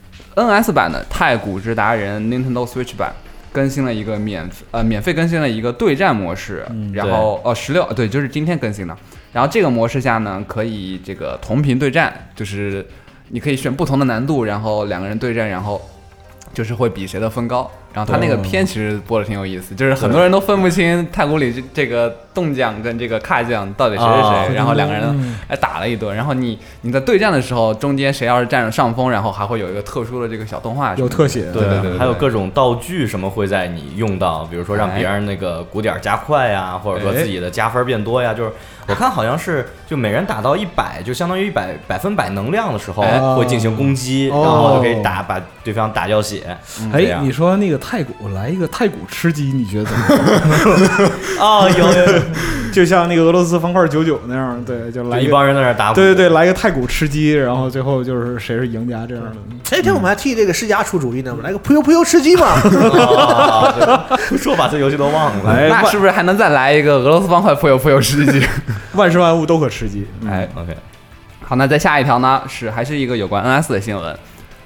N S 版的《太古之达人》Nintendo Switch 版更新了一个免呃免费更新了一个对战模式，嗯、然后哦十六对，就是今天更新的，然后这个模式下呢，可以这个同屏对战，就是你可以选不同的难度，然后两个人对战，然后就是会比谁的分高。然后他那个片其实播的挺有意思，就是很多人都分不清太古里这这个动将跟这个卡将到底谁是谁，哦、然后两个人还打了一顿。然后你你在对战的时候，中间谁要是占了上风，然后还会有一个特殊的这个小动画， 有特写， 对对 对, 对, 对，还有各种道具什么会在你用到，比如说让别人那个鼓点加快呀，或者说自己的加分变多呀，就是我看好像是就每人打到一百，就相当于一百百分百能量的时候会进行攻击， 哦、 然后就可以打把对方打掉血。 哎，你说那个太古来一个太古吃鸡，你觉得怎么样？ 哦，有有， 就像那个俄罗斯方块九九那样，对，就来一, 一帮人在那打鼓， 对对对，来个太古吃鸡，然后最后就是谁是赢家这样的。 前几天我们还替这个世嘉出主意呢，来个扑悠扑悠吃鸡嘛， 哦、说把这游戏都忘了， 哎、那是不是还能再来一个俄罗斯方块扑悠扑悠吃鸡？ 万事万物都可吃鸡。 哎、 嗯、，OK。 好，那再下一条呢，是还是一个有关 N S 的新闻。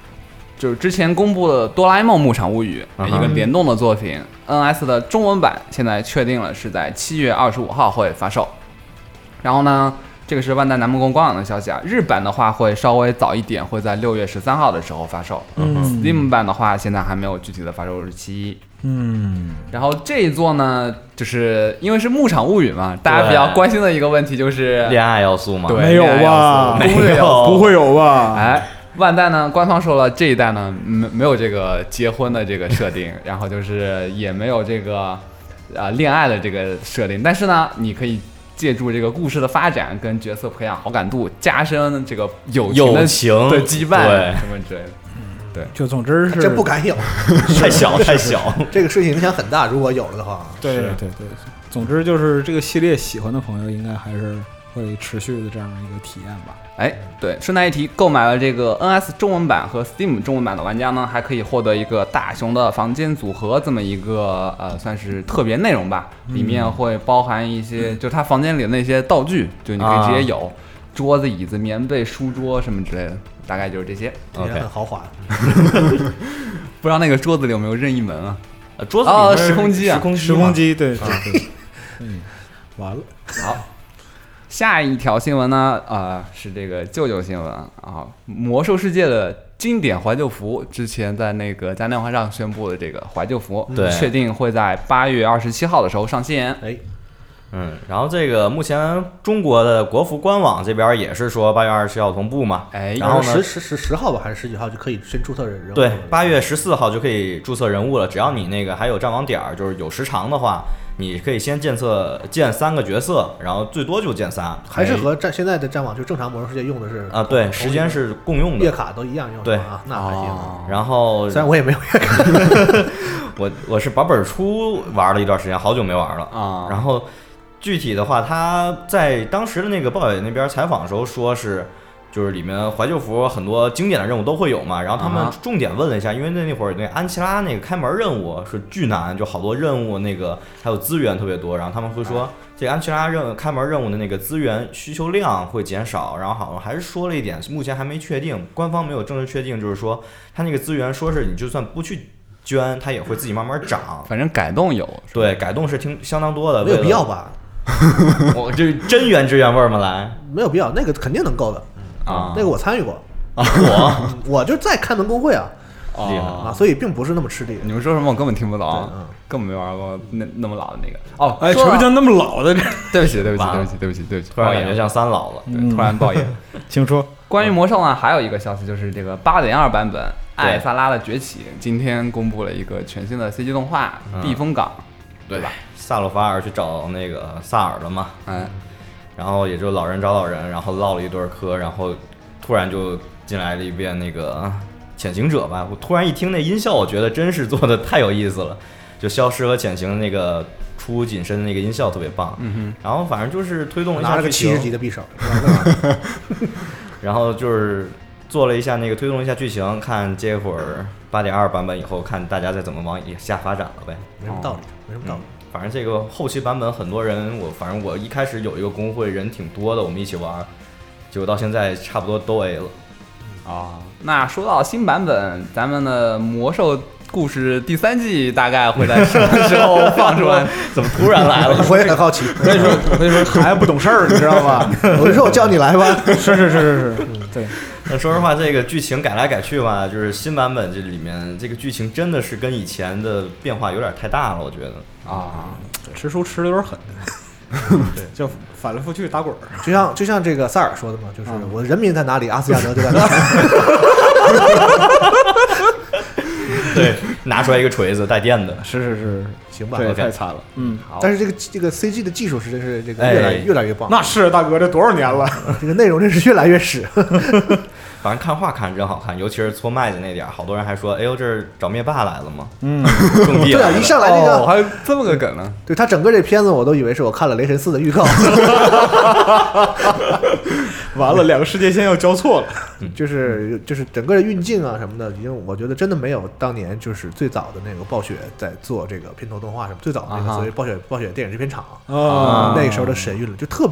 就是之前公布的《哆啦 A 梦牧场物语》一个联动的作品 ，N S 的中文版现在确定了是在七月二十五号会发售。然后呢，这个是万代南梦宫官网的消息啊，日版的话会稍微早一点，会在六月十三号的时候发售。嗯 Steam 版的话现在还没有具体的发售日期。嗯，然后这一座呢，就是因为是牧场物语嘛，大家比较关心的一个问题就是恋爱要素吗？ 对， 没有吧？ 没有， 不会有吧？ 哎。万代呢，官方说了，这一代呢没没有这个结婚的这个设定，然后就是也没有这个啊、呃、恋爱的这个设定，但是呢，你可以借助这个故事的发展跟角色培养好感度，加深这个友情的友情的羁绊什么之类的。对， 就总之是真不敢有， 太小太小， 这个事情影响很大。如果有了的话， 对对对对，总之就是这个系列喜欢的朋友应该还是会持续的这样一个体验吧。 哎，对，顺带一提，购买了这个 N S 中文版和 Steam 中文版的玩家呢，还可以获得一个大熊的房间组合这么一个呃，算是特别内容吧。里面会包含一些，嗯、就他房间里的那些道具，就你可以直接有、啊、桌子、椅子、棉被、书桌什么之类的，大概就是这些。 听起来很豪华。 不知道那个桌子里有没有任意门啊？ 呃、桌子里面、 哦、时空机啊， 时空时空机，对对对。嗯，完了。 好。下一条新闻呢，呃，是这个旧旧新闻啊，魔兽世界的经典怀旧服，之前在那个嘉年华上宣布的这个怀旧服， 对， 确定会在八月二十七号的时候上线。 哎， 嗯，然后这个目前中国的国服官网这边也是说八月二十七号同步嘛， 哎， 然后呢， 十十十十号吧，还是十几号就可以先注册人物？ 对，八月十四号就可以注册人物了，只要你那个还有战网点儿，就是有时长的话。你可以先建测建三个角色，然后最多就建仨， 还是和战现在的战网就正常魔兽世界用的是啊，对，时间是共用的， 月卡都一样用， 对啊，那还行。 哦、然后虽然我也没有月卡， 我我是把本初玩了一段时间，好久没玩了啊。 然后具体的话，他在当时的那个鲍野那边采访的时候说是。就是里面怀旧服很多经典的任务都会有嘛，然后他们重点问了一下，因为那那会儿那安琪拉那个开门任务是巨难，就好多任务那个还有资源特别多，然后他们会说这个安琪拉任务开门任务的那个资源需求量会减少，然后好像还是说了一点，目前还没确定，官方没有正式确定，就是说他那个资源说是你就算不去捐，它也会自己慢慢涨， 反正改动有， 对，改动是挺相当多的， 没有必要吧？ 我这真原汁原味吗？来， 没有必要，那个肯定能够的。 啊， 那个我参与过， 啊、我我就在开门工会啊， 厉害啊，所以并不是那么吃力。 你们说什么我根本听不懂， 嗯、 根本没玩过那那么老的那个。哦， 哎，什么叫那么老的？ 对不起，对不起，对不起，对不起，对不起， 突然感觉像三老了， 对，突然爆眼。 请说。 关于魔兽呢，还有一个消息就是这个 八点二 版本《艾萨拉的崛起》今天公布了一个全新的 C G 动画《避风港》，对吧？ 萨洛法尔去找那个萨尔了嘛， 嗯， 然后也就老人找老人，然后唠了一对嗑，然后。突然就进来了一遍那个潜行者吧，我突然一听那音效，我觉得真是做的太有意思了，就消失和潜行那个出紧身的那个音效特别棒。 嗯哼， 然后反正就是推动了一下拿了个七十级的匕首， 然后就是做了一下那个推动了一下剧情，看这会儿八点二版本以后，看大家再怎么往下发展了呗。 没什么道理，没什么道理。 嗯反正这个后期版本很多人，我反正我一开始有一个公会人挺多的，我们一起玩。结果到现在差不多都 A 了， 啊，那说到新版本，咱们的魔兽故事第三季大概会在什么时候放出来？ 怎么突然来了？ 我也很好奇。 我跟你说，我跟你说，孩子不懂事儿，你知道吧？ 我就说我叫你来吧。 是是是是是，对。 那说实话，这个剧情改来改去吧，就是新版本这里面这个剧情真的是跟以前的变化有点太大了，我觉得啊， 吃书吃的有点狠。对，就反来覆去打滚儿， 就像就像这个塞尔说的嘛，就是我的人民在哪里，阿斯加德就在哪里。 对，拿出来一个锤子带电的， 是是是， 行吧， 对，太惨了，嗯， 好。但是这个这个 C G 的技术是真是这个越来越来越棒。 那是大哥，这多少年了， 这个内容真是越来越屎。 反正看画看着真好看，尤其是搓麦子那点儿，好多人还说：“哎呦，这是找灭霸来了吗？” 嗯， 种地对啊，一上来那个、 哦、还有这么个梗呢。 对他整个这片子，我都以为是我看了《雷神四》的预告。 完了，两个世界线要交错了。 就是就是整个的运镜啊什么的，已经我觉得真的没有当年就是最早的那个暴雪在做这个片头动画什么最早的那个所谓暴雪暴雪电影制片厂啊那个时候的神韵了，就特别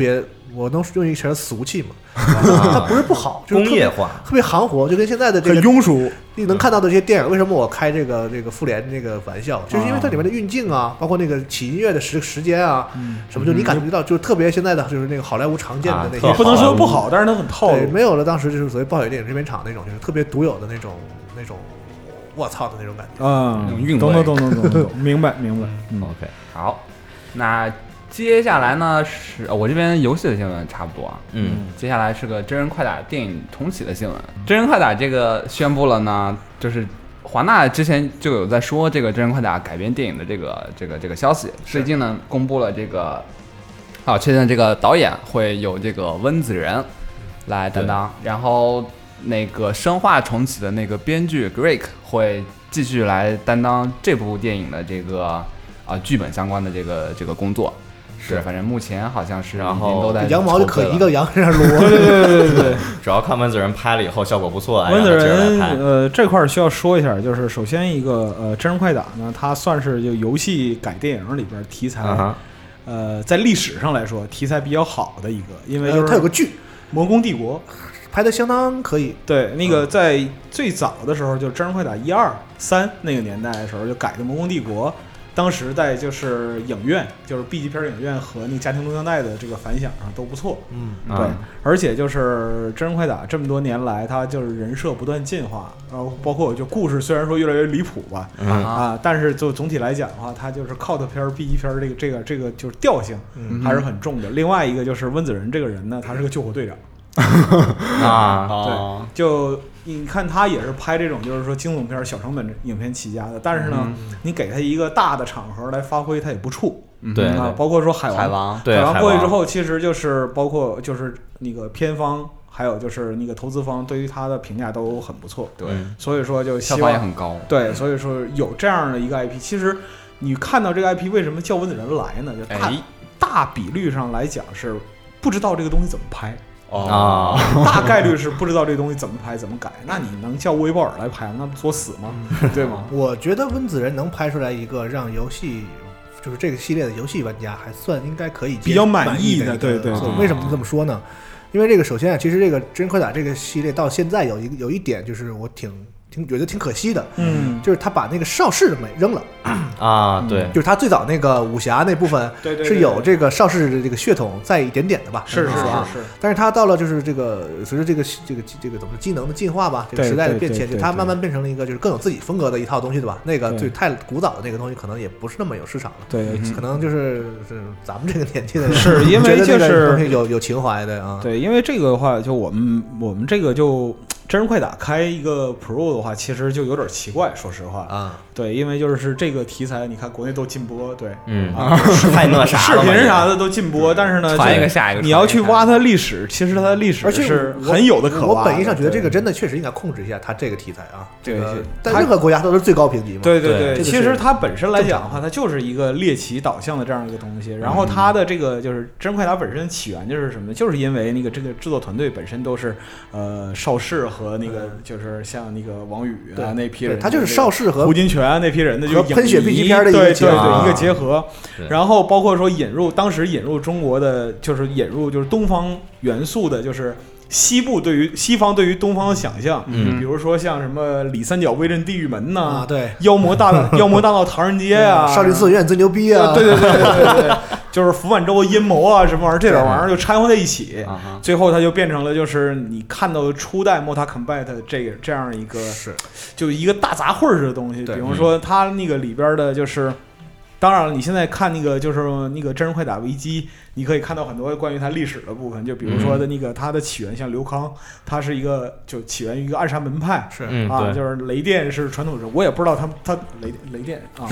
我能用一个词俗气嘛，它不是不好，就是工业化， 特别行活，就跟现在的这个庸俗， 你能看到的这些电影。为什么我开这个这个复联这个玩笑，就是因为它里面的运镜啊，包括那个起音乐的时时间啊，什么就你感觉到就是特别现在的就是那个好莱坞常见的那些， 不能说不好，但是它很套路， 没有了当时就是所谓暴雪电影制片厂那种就是特别独有的那种那种我操的那种感觉啊，懂懂懂懂懂懂，明白明白。 嗯 OK， 好，那。接下来呢是我这边游戏的新闻差不多啊， 嗯， 接下来是个真人快打电影重启的新闻。真人快打这个宣布了呢，就是华纳之前就有在说这个真人快打改编电影的这个这个这个消息，最近呢公布了这个啊，确定这个导演会有这个温子仁来担当，然后那个生化重启的那个编剧 Greg 会继续来担当这部电影的这个啊剧本相关的这个这个工作。是，反正目前好像是， 然后都在羊毛就可一个羊身上撸， 对对对对对， 主要看温子仁拍了以后效果不错。 温子仁呃这块需要说一下，就是首先一个呃真人快打呢，它算是就游戏改电影里边题材， uh-huh. 呃在历史上来说题材比较好的一个，因为就是、 呃、它有个剧《 魔宫帝国》 拍的相当可以。 对，那个在最早的时候，就真人快打一二三那个年代的时候，就改的《魔宫帝国》。当时在就是影院，就是 B 级片影院和那个家庭录像带的这个反响上都不错， 嗯， 对，而且就是真人快打这么多年来，它就是人设不断进化，然后包括就故事虽然说越来越离谱吧， 嗯、 啊，但是就总体来讲的话，它就是 cult 片 B 级片这个这个这个就是调性还是很重的。嗯、另外一个就是温子仁这个人呢，他是个救火队长。 啊， 对，就你看他也是拍这种就是说惊悚片小成本影片起家的，但是呢、嗯、你给他一个大的场合来发挥他也不怵。 对啊，包括说海王海王对海王过去之后，其实就是包括就是那个片方还有就是那个投资方对于他的评价都很不错。 对， 所以说就票房也很高。 对，所以说有这样的一个 I P， 其实你看到这个 I P 为什么叫温子仁来呢？就大、哎、大比率上来讲是不知道这个东西怎么拍。 哦， 大概率是不知道这东西怎么拍怎么改，那你能叫乌维鲍尔来拍，那不作死吗？对吗？ 我觉得温子仁能拍出来一个让游戏，就是这个系列的游戏玩家还算应该可以比较满意的， 对对。 为什么这么说呢？因为这个首先啊，其实这个真人快打这个系列到现在有一个有一点就是我挺。挺觉得挺可惜的， 嗯， 就是他把那个邵氏美扔了啊，对， 就是他最早那个武侠那部分， 对对， 是有这个邵氏的这个血统在一点点的吧， 是是是是， 但是他到了就是这个随着这个这个这个怎么技能的进化吧，这个时代的变迁，就他慢慢变成了一个就是更有自己风格的一套东西，对吧？那个最太古早的那个东西可能也不是那么有市场了， 对， 可能就是是咱们这个年纪的人， 是因为就是有有情怀的啊， 对，因为这个的话，就我们我们这个就。真人快打开一个 Pro 的话，其实就有点奇怪，说实话啊， 对，因为就是这个题材，你看国内都禁播，对， 嗯啊， 太那啥了，视频啥的都禁播，但是呢， 传一个下一个， 你要去挖它历史，其实它的历史是很有的可挖。 我本意上觉得这个真的确实应该控制一下它这个题材啊， 这个， 但任何国家都是最高评级嘛。 对对对，其实它本身来讲的话，它就是一个猎奇导向的这样一个东西。然后它的这个就是真人快打本身起源就是什么呢？就是因为那个这个制作团队本身都是呃邵氏和那个就是。就是像那个王宇啊那批人， 他就是邵氏和胡金铨那批人的就喷血 B 级片的一个结合， 对对一个结合。然后包括说引入当时引入中国的，就是引入就是东方元素的，就是西部对于西方对于东方的想象， 嗯， 比如说像什么里三角威震地狱门呐、 啊，对， 妖魔大妖魔大闹唐人街啊， 少林寺院最牛逼啊， 对对对对对对，就是福满洲阴谋啊什么玩意儿，这点玩意儿就掺和在一起，最后它就变成了就是你看到的初代 Mortal Kombat 这个这样一个是， 就一个大杂烩似的东西，比如说它那个里边的就是。当然了，你现在看那个就是那个真人快打维基，你可以看到很多关于它历史的部分，就比如说的那个它的起源，像刘康，他是一个就起源于一个暗杀门派， 是啊，就是雷电是传统人，我也不知道他他雷雷电啊，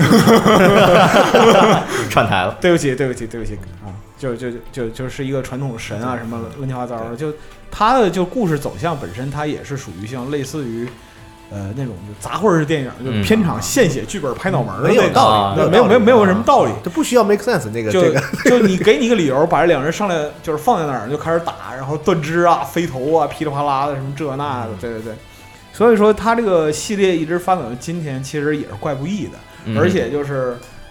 串台了， 对不起对不起对不起啊，就就就就是一个传统神啊什么乱七八糟的，就他的就故事走向本身，它也是属于像类似于。呃，那种就杂烩式电影，就片场现写剧本拍脑门的， 没有道理，没有没有没有什么道理， 这不需要 make sense。那个就这个就你给你一个理由，把这两人上来就是放在那儿就开始打，然后断肢啊、飞头啊、噼里啪啦的什么这那的，对对对。所以说他这个系列一直发展到今天，其实也是怪不易的，而且就是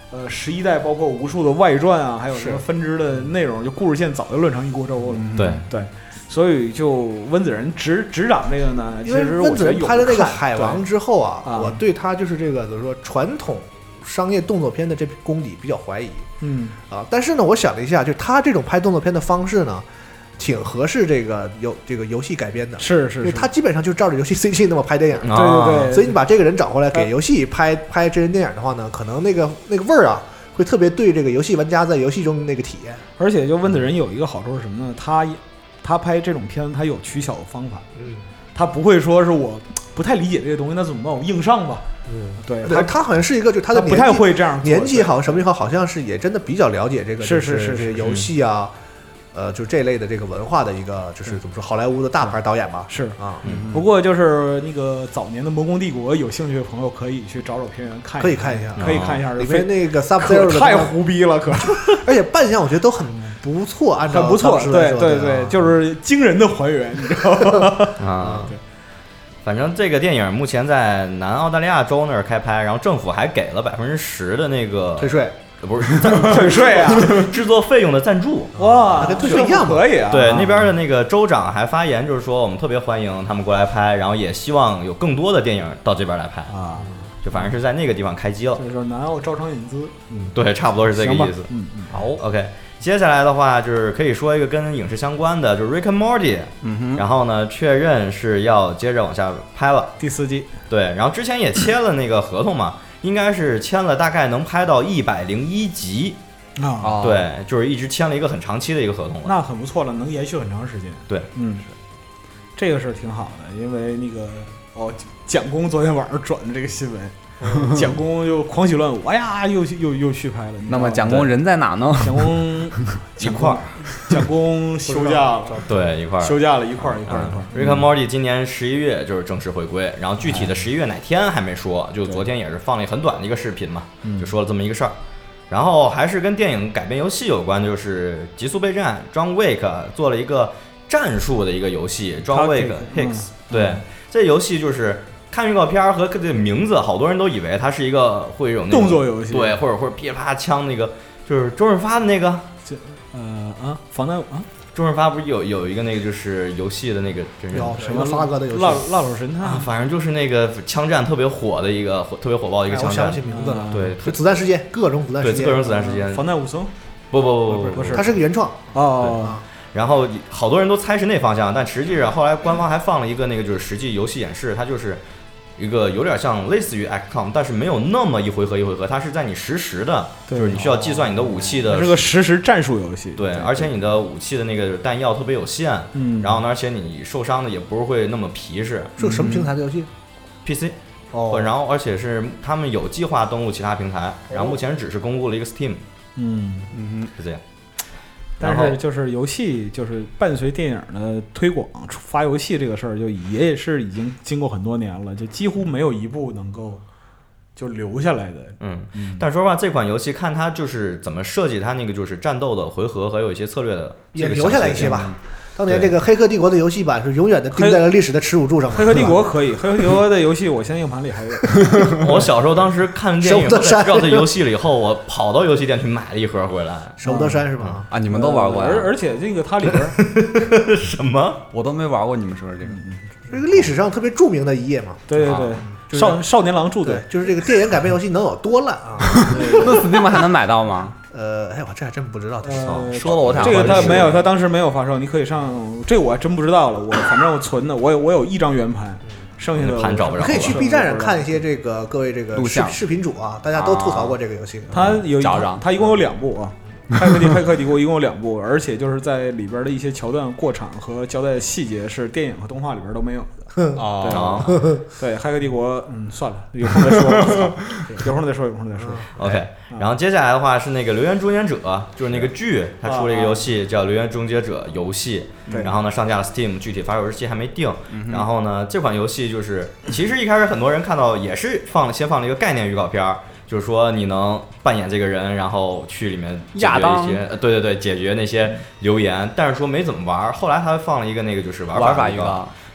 呃十一代包括无数的外传啊，还有什么分支的内容，就故事线早就乱成一锅粥了。 嗯、对对。所以就温子仁执执掌这个呢，其实温子仁拍了这个《海王》之后啊， 啊我对他就是这个怎么说传统商业动作片的这功底比较怀疑。 嗯啊，但是呢，我想了一下，就他这种拍动作片的方式呢，挺合适这个游这个游戏改编的。 是是， 因为他基本上就照着游戏 C G 那么拍电影。 对对对。 所以你把这个人找回来给游戏拍拍真人电影的话呢，可能那个那个味儿啊，会特别对这个游戏玩家在游戏中那个体验。 而且就温子仁有一个好处是什么呢？他他拍这种片，他有取巧的方法， 嗯， 他不会说是我不太理解这个东西，那怎么办？我硬上吧， 嗯， 对， 他他好像是一个，就他的不太会这样， 年纪好什么也好，好像是也真的比较了解这个， 是是是是游戏啊，呃，就这类的这个文化的一个，就是怎么说，好莱坞的大牌导演吧， 是啊， 不过就是那个早年的《魔宫帝国》，有兴趣的朋友可以去找找片源看， 可以看一下， 可以看一下， 里面那个 Sub-Zero 太胡逼了，可而且扮相我觉得都很。不错，按照很不错，对对对， 就是惊人的还原，你知道吗？ 啊，对。反正这个电影目前在南澳大利亚州那儿开拍，然后政府还给了百分之十的那个退税， 不是退税啊， 制作费用的赞助。 哇， 跟退税一样可以啊。 对，那边的那个州长还发言，就是说我们特别欢迎他们过来拍，然后也希望有更多的电影到这边来拍啊。 就反正是在那个地方开机了， 就是南澳招商引资， 嗯，对，差不多是这个意思。 嗯嗯， 好 ，OK。接下来的话就是可以说一个跟影视相关的，就是 Rick and Morty， 嗯哼， 然后呢确认是要接着往下拍了， 第四季。 对，然后之前也签了那个合同嘛，应该是签了大概能拍到一百零一集啊， 对，就是一直签了一个很长期的一个合同了， 那很不错了，能延续很长时间。 对， 嗯，这个是挺好的，因为那个哦，蒋公昨天晚上转的这个新闻。蒋公又狂喜乱舞，哎呀，又又又续拍了。 那么蒋公人在哪呢？ 蒋公一块儿， 蒋公休假了， 对，一块儿休假了，一块儿一块儿一块儿。 Rick and Morty 今年十一月就是正式回归，然后具体的十一月哪天还没说，就昨天也是放了很短的一个视频嘛，就说了这么一个事儿。然后还是跟电影改编游戏有关，就是《极速备战》John Wick 做了一个战术的一个游戏 John Wick Hicks，对，这游戏就是。看预告片和这个名字，好多人都以为它是一个会有那种动作游戏， 对，或者或者噼里啪啦枪那个，就是周润发的那个， 呃啊，防弹啊， 周润发不是有有一个那个就是游戏的那个真人， 什么发哥的游戏， 辣辣手神探、 啊，反正就是那个枪战特别火的一个特别火爆的一个枪战， 哎、我想起名字了， 对， 就子弹时间，各种子弹时间， 对，各种子弹时间， 防弹武僧， 不不不不不是， 它是个原创哦。 然后好多人都猜是那方向，但实际上后来官方还放了一个那个就是实际游戏演示，它就是。一个有点像类似于 X COM， 但是没有那么一回合一回合，它是在你实时的，就是你需要计算你的武器的， 它是个实时战术游戏。 对，而且你的武器的那个弹药特别有限， 嗯， 然后呢，而且你受伤的也不是会那么皮实。 是个什么平台的游戏 ？P C。 哦。 然后而且是他们有计划登陆其他平台，然后目前只是公布了一个 Steam。 嗯嗯哼，是这样。 但是就是游戏，就是伴随电影的推广，发游戏这个事儿，就也是已经经过很多年了，就几乎没有一部能够就留下来的。 嗯，嗯但说实话，这款游戏看它就是怎么设计它那个就是战斗的回合和有一些策略的， 也留下来一些吧。当年这个《黑客帝国》的游戏版是永远的钉在了历史的耻辱柱上。 黑客帝国可以，黑客帝国的游戏我现在硬盘里还有。 我小时候当时看电影，知道这游戏了以后，我跑到游戏店去买了一盒回来。 舍不得删是吧？ 啊，你们都玩过呀？ 而而且这个它里边什么我都没玩过，你们说这个？ 这个历史上特别著名的一页嘛。 对对对，少少年郎驻队， 就是这个电影改编游戏能有多烂啊？ 那 Steam 还能买到吗？ 呃，哎，我这还真不知道。 呃， 说了我想这个他没有，他当时没有发售，你可以上这个我还真不知道了。我反正我存的，我有我有一张圆盘，剩下的盘找不着。 你可以去 B 站上看一些这个各位这个视视频主啊，大家都吐槽过这个游戏。 它有找找， 它一共有两部啊，《黑客帝黑客帝国》一共有两部，而且就是在里边的一些桥段、过场和交代细节是电影和动画里边都没有的。 哦， 对，《黑客帝国》嗯，算了，有空再说，有空再说，有空再说。 OK，然后接下来的话是那个《留言终结者》，就是那个剧，它出了一个游戏叫《留言终结者》游戏，然后呢上架了 Steam， 具体发售日期还没定。然后呢，这款游戏就是其实一开始很多人看到也是放了先放了一个概念预告片。就是说你能扮演这个人，然后去里面解决一些，对对对，解决那些留言，但是说没怎么玩。后来他放了一个那个就是玩法预告，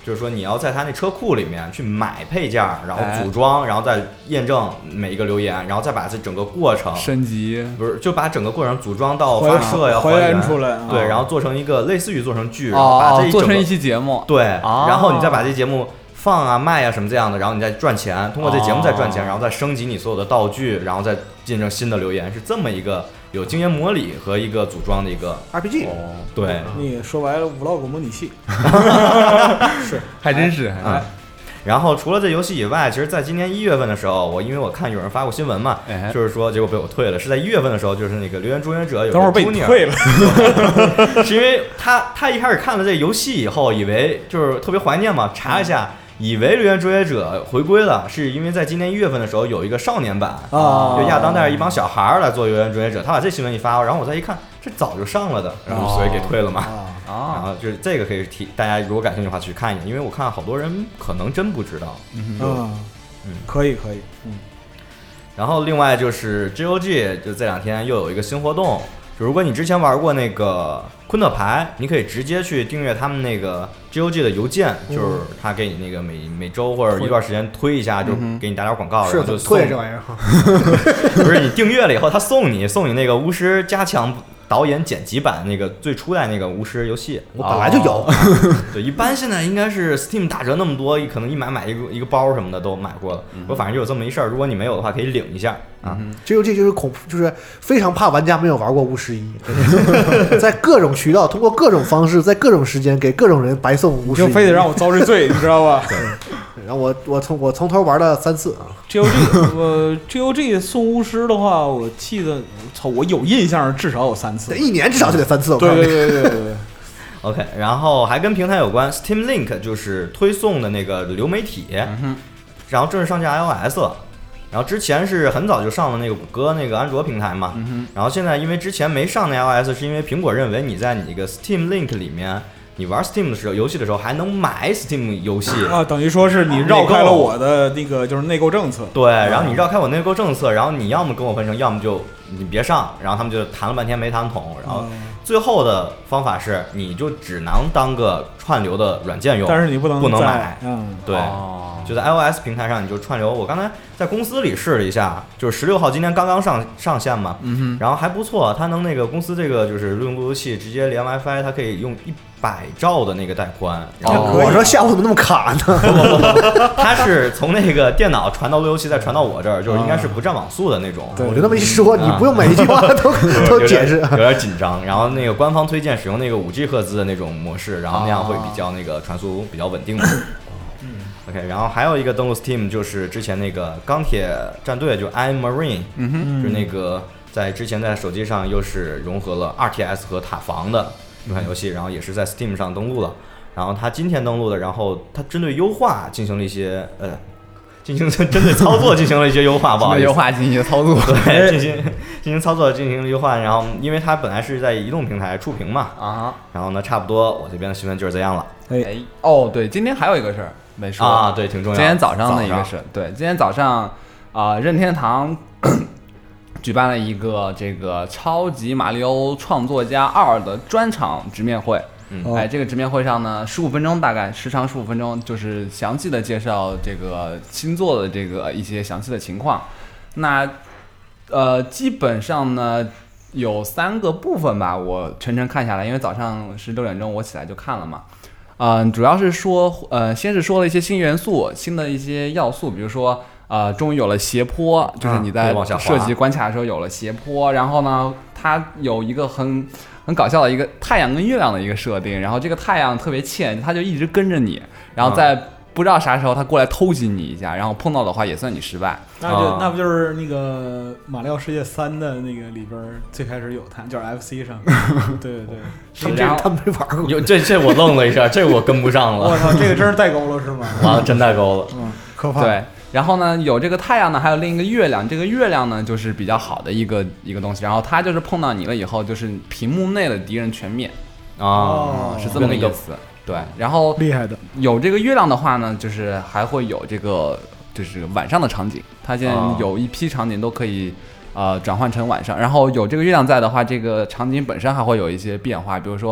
就是说你要在他那车库里面去买配件，然后组装，然后再验证每一个留言，然后再把这整个过程升级， 不是就把整个过程组装到发射呀， 还原出来， 对，然后做成一个类似于做成剧，然后把这做成一期节目， 对，然后你再把这节目放啊卖啊什么这样的，然后你再赚钱，通过这节目再赚钱，然后再升级你所有的道具，然后再进行新的留言，是这么一个有经验模拟和一个组装的一个 R P G。 哦，对， 你说白了 vlog 模拟器， 是，还真是。 嗯。然后除了这游戏以外，其实，在今年一月份的时候，我因为我看有人发过新闻嘛， 哎、 就是说结果被我退了，是在一月份的时候，就是那个留言终结者有等会儿被你退了， 是因为他他一开始看了这游戏以后，以为就是特别怀念嘛，查一下。以为留言终结者回归了，是因为在今年一月份的时候有一个少年版啊，就亚当带着一帮小孩来做留言终结者，他把这新闻一发，然后我再一看，这早就上了的，然后所以给退了嘛。 啊， 然后就是这个可以提大家如果感兴趣的话去看一眼，因为我看好多人可能真不知道。 嗯嗯，可以可以，嗯。 然后另外就是 G O G 就这两天又有一个新活动，就如果你之前玩过那个昆特牌，你可以直接去订阅他们那个 G O G 的邮件，嗯、就是他给你那个每每周或者一段时间推一下，就给你打点广告，然后就推这玩意儿。 不是你订阅了以后，他送你送你那个巫师加强导演剪辑版那个最初代那个巫师游戏， 我本来就有。 对，一般现在应该是 Steam 打折那么多，可能一买买一个一个包什么的都买过了。我反正就有这么一事儿，如果你没有的话，可以领一下啊。 G O G 就是恐，就是非常怕玩家没有玩过巫师一，在各种渠道通过各种方式，在各种时间给各种人白送巫师一， 就非得让我遭这罪，你知道吧？ 对。然后我我从我从头玩了三次啊。 G O G 我 G O G 送巫师的话，我记得操，我有印象至少有三次， 一年至少就得三次。我对对对对对对。 OK， 然后还跟平台有关 ，Steam Link 就是推送的那个流媒体， 嗯、 然后正式上架 iOS 了。然后之前是很早就上了那个谷歌那个安卓平台嘛， 嗯、 然后现在因为之前没上那 iOS， 是因为苹果认为你在你个 Steam Link 里面。你玩 Steam 的时候，游戏的时候还能买 Steam 游戏啊，等于说是你绕开了我的那个就是内购政策。 对，然后你绕开我内购政策，然后你要么跟我分成，要么就你别上，然后他们就谈了半天没谈懂，然后最后的方法是你就只能当个串流的软件用， 但是你不能不能买， 嗯， 对，哦、就在 iOS 平台上你就串流。我刚才在公司里试了一下，就是十六号今天刚刚上上线嘛， 嗯然后还不错，它能那个公司这个就是录用路由器直接连 WiFi， 它可以用一百兆的那个带宽。 哦，我说下午怎么那么卡呢？ 它是从那个电脑传到路由器，再传到我这儿，就是应该是不占网速的那种。 对，我就那么一说，你不用每一句话都都解释， 有点紧张。然后那个官方推荐使用那个五 G 赫兹的那种模式，然后那样会比较那个传输比较稳定的。OK， 然后还有一个登录 Steam 就是之前那个钢铁战队，就 I'm Marine， 嗯哼， 就是那个在之前在手机上又是融合了 R T S 和塔防的一款游戏，然后也是在 Steam 上登录了。然后它今天登录的，然后它针对优化进行了一些呃，进行针对操作进行了一些优化，不好意思， 优化进行操作， 对，进行进行操作进行优化。然后因为它本来是在移动平台触屏嘛， 啊， 然后呢，差不多我这边的新闻就是这样了。 哎，哦，对，今天还有一个事儿没说啊，对，挺重要的。 今天早上的一个事，对，今天早上啊、呃，任天堂举办了一个这个超级马里奥创作家二的专场直面会。 嗯， 哎，这个直面会上呢，十五分钟，大概时长十五分钟，就是详细的介绍这个新作的这个一些详细的情况。那呃，基本上呢有三个部分吧，我全程看下来，因为早上是六点钟我起来就看了嘛。嗯、呃，主要是说，呃，先是说了一些新元素、新的一些要素，比如说，呃，终于有了斜坡，就是你在设计关卡的时候有了斜坡，然后呢，它有一个很很搞笑的一个太阳跟月亮的一个设定，然后这个太阳特别欠，它就一直跟着你，然后在不知道啥时候它过来偷袭你一下，然后碰到的话也算你失败。 那就那不就是那个《马里奥世界三》的那个里边最开始有它，就是 F C 上，对对对， 这他没玩过。 有这这我愣了一下，这我跟不上了。 我操，这个真是代沟了是吗？ 完了，真代沟了， 嗯，可怕。 对。然后呢，有这个太阳呢，还有另一个月亮。这个月亮呢，就是比较好的一个一个东西。然后它就是碰到你了以后，就是屏幕内的敌人全灭啊， 是这么个意思。对，然后厉害的有这个月亮的话呢，就是还会有这个就是晚上的场景。它现在有一批场景都可以呃转换成晚上。然后有这个月亮在的话，这个场景本身还会有一些变化，比如说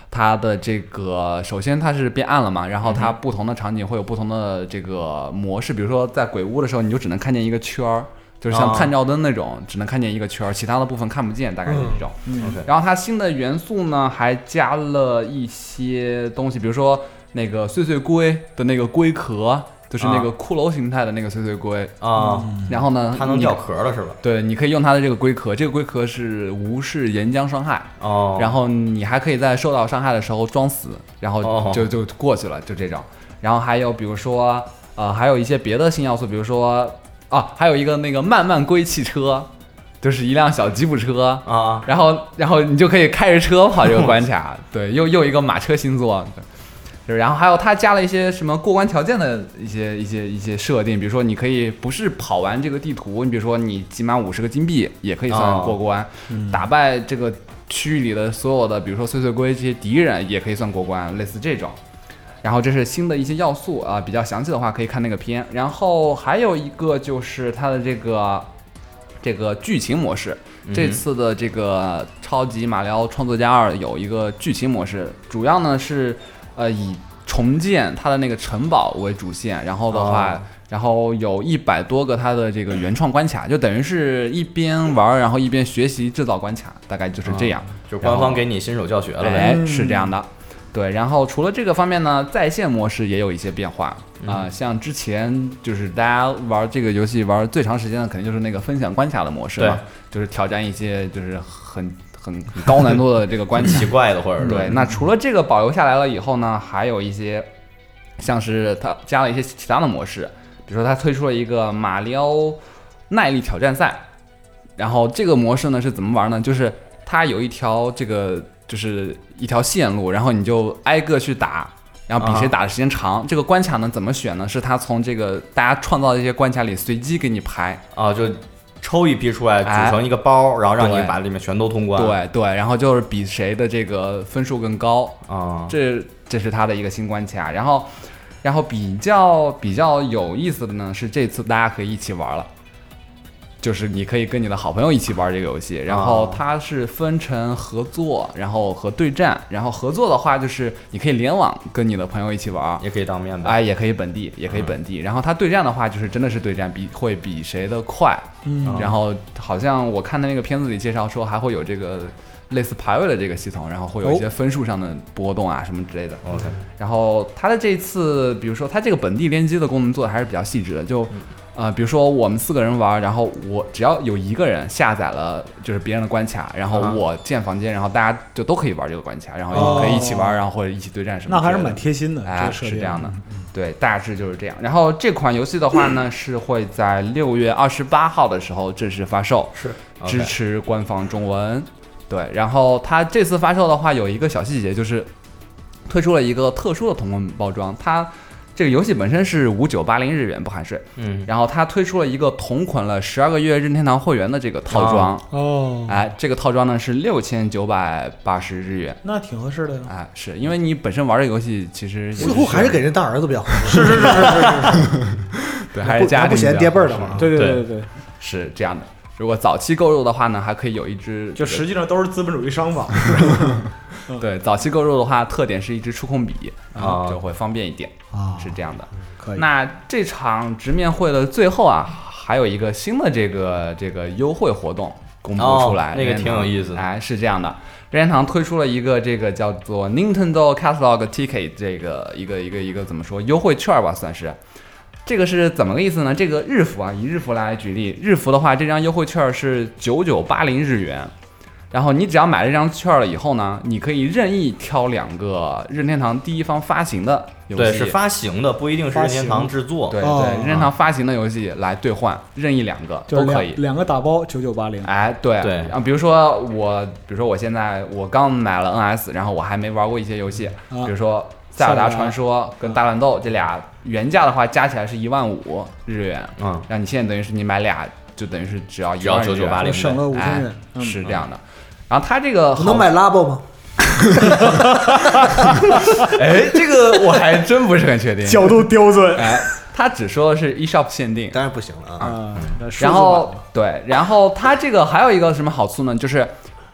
它的这个首先它是变暗了嘛，然后它不同的场景会有不同的这个模式，比如说在鬼屋的时候，你就只能看见一个圈儿。就是像探照灯那种，哦、只能看见一个圈儿，其他的部分看不见，大概是这种。 嗯嗯、然后它新的元素呢，还加了一些东西，比如说那个碎碎龟的那个龟壳，就是那个骷髅形态的那个碎碎龟啊。 嗯、然后呢， 它能掉壳了是吧？ 对，你可以用它的这个龟壳，这个龟壳是无视岩浆伤害哦。 然后你还可以在受到伤害的时候装死，然后就就过去了，就这种。然后还有比如说呃，还有一些别的新要素，比如说。啊，还有一个那个慢慢龟汽车，就是一辆小吉普车啊， 然后然后你就可以开着车跑这个关卡，对，又又一个马车星座，对，然后还有它加了一些什么过关条件的一些一些一些设定，比如说你可以不是跑完这个地图，你比如说你集满五十个金币也可以算过关，哦嗯、打败这个区域里的所有的，比如说碎碎龟这些敌人也可以算过关，类似这种。然后这是新的一些要素啊，比较详细的话可以看那个片。然后还有一个就是它的这个这个剧情模式，嗯、这次的这个超级马里奥创作家二有一个剧情模式，主要呢是呃以重建它的那个城堡为主线，然后的话，哦、然后有一百多个它的这个原创关卡，就等于是一边玩然后一边学习制造关卡，大概就是这样。哦、 就是官方给你新手教学了呗， 哎，是这样的。对，然后除了这个方面呢，在线模式也有一些变化啊、呃，像之前就是大家玩这个游戏玩最长时间的，肯定就是那个分享关卡的模式嘛，就是挑战一些就是很很高难度的这个关卡， 奇怪的或者对。那除了这个保留下来了以后呢，还有一些像是它加了一些其他的模式，比如说它推出了一个马里奥耐力挑战赛，然后这个模式呢是怎么玩呢？就是它有一条这个。就是一条线路，然后你就挨个去打，然后比谁打的时间长。啊、这个关卡呢怎么选呢？是他从这个大家创造的这些关卡里随机给你排啊，就抽一批出来组成一个包，哎、然后让你把里面全都通关。 对对，然后就是比谁的这个分数更高啊。 这这是他的一个新关卡，然后然后比较比较有意思的呢是这次大家可以一起玩了。就是你可以跟你的好朋友一起玩这个游戏，然后它是分成合作，然后和对战。然后合作的话，就是你可以联网跟你的朋友一起玩， 也可以当面的， 哎，也可以本地，也可以本地。嗯、然后它对战的话，就是真的是对战，比会比谁的快。嗯。然后好像我看的那个片子里介绍说，还会有这个类似排位的这个系统，然后会有一些分数上的波动啊什么之类的。 OK。 然后它的这次，比如说它这个本地联机的功能做的还是比较细致的，就。嗯呃，比如说我们四个人玩，然后我只要有一个人下载了就是别人的关卡，然后我建房间，然后大家就都可以玩这个关卡，然后可以一起玩，然后或者一起对战什么的。 那还是蛮贴心的， 哎，是这样的，对，大致就是这样。然后这款游戏的话呢，是会在六月二十八号的时候正式发售， 是支持官方中文。对，然后它这次发售的话有一个小细节，就是推出了一个特殊的同捆包装，它。这个游戏本身是五九八零日元不含税， 嗯， 然后它推出了一个同捆了十二个月任天堂会员的这个套装， 哦， 哎，这个套装呢是六千九百八十日元， 那挺合适的呀， 哎，是因为你本身玩这个游戏其实似乎还是给人当儿子比较合适，是是是是是， 对，还是家庭不嫌爹辈儿的嘛， 对对对对对， 是这样的。如果早期购入的话呢，还可以有一只， 就实际上都是资本主义商法。 对，早期购入的话，特点是一支触控笔啊，就会方便一点啊， 是这样的。 可以。 那这场直面会的最后啊，还有一个新的这个这个优惠活动公布出来， 哦、那个挺有意思的。 哎，是这样的，任天堂推出了一个这个叫做 Nintendo Catalog Ticket 这个一个一个一个怎么说优惠券吧，算是。这个是怎么个意思呢？这个日服啊，以日服来举例，日服的话，这张优惠券是九九八零日元。然后你只要买了这张券了以后呢，你可以任意挑两个任天堂第一方发行的游戏， 对，是发行的，不一定是任天堂制作， 对对， 哦、 任天堂发行的游戏来兑换，任意两个都可以， 两个打包九九八零， 哎，对对。 然后比如说我，比如说我现在我刚买了 N S， 然后我还没玩过一些游戏， 啊、 比如说塞尔达传说跟大乱斗这俩原价的话加起来是一万五日元， 嗯， 然后你现在等于是你买俩，就等于是只要一万九九八零， 省了五千元， 哎，是这样的。然后它这个不能买 Labo 吗？ 哎，这个我还真不是很确定。 角度刁钻。 哎，它只说是 eShop 限定， 当然不行了啊。 嗯、 然后对，然后它这个还有一个什么好处呢？就是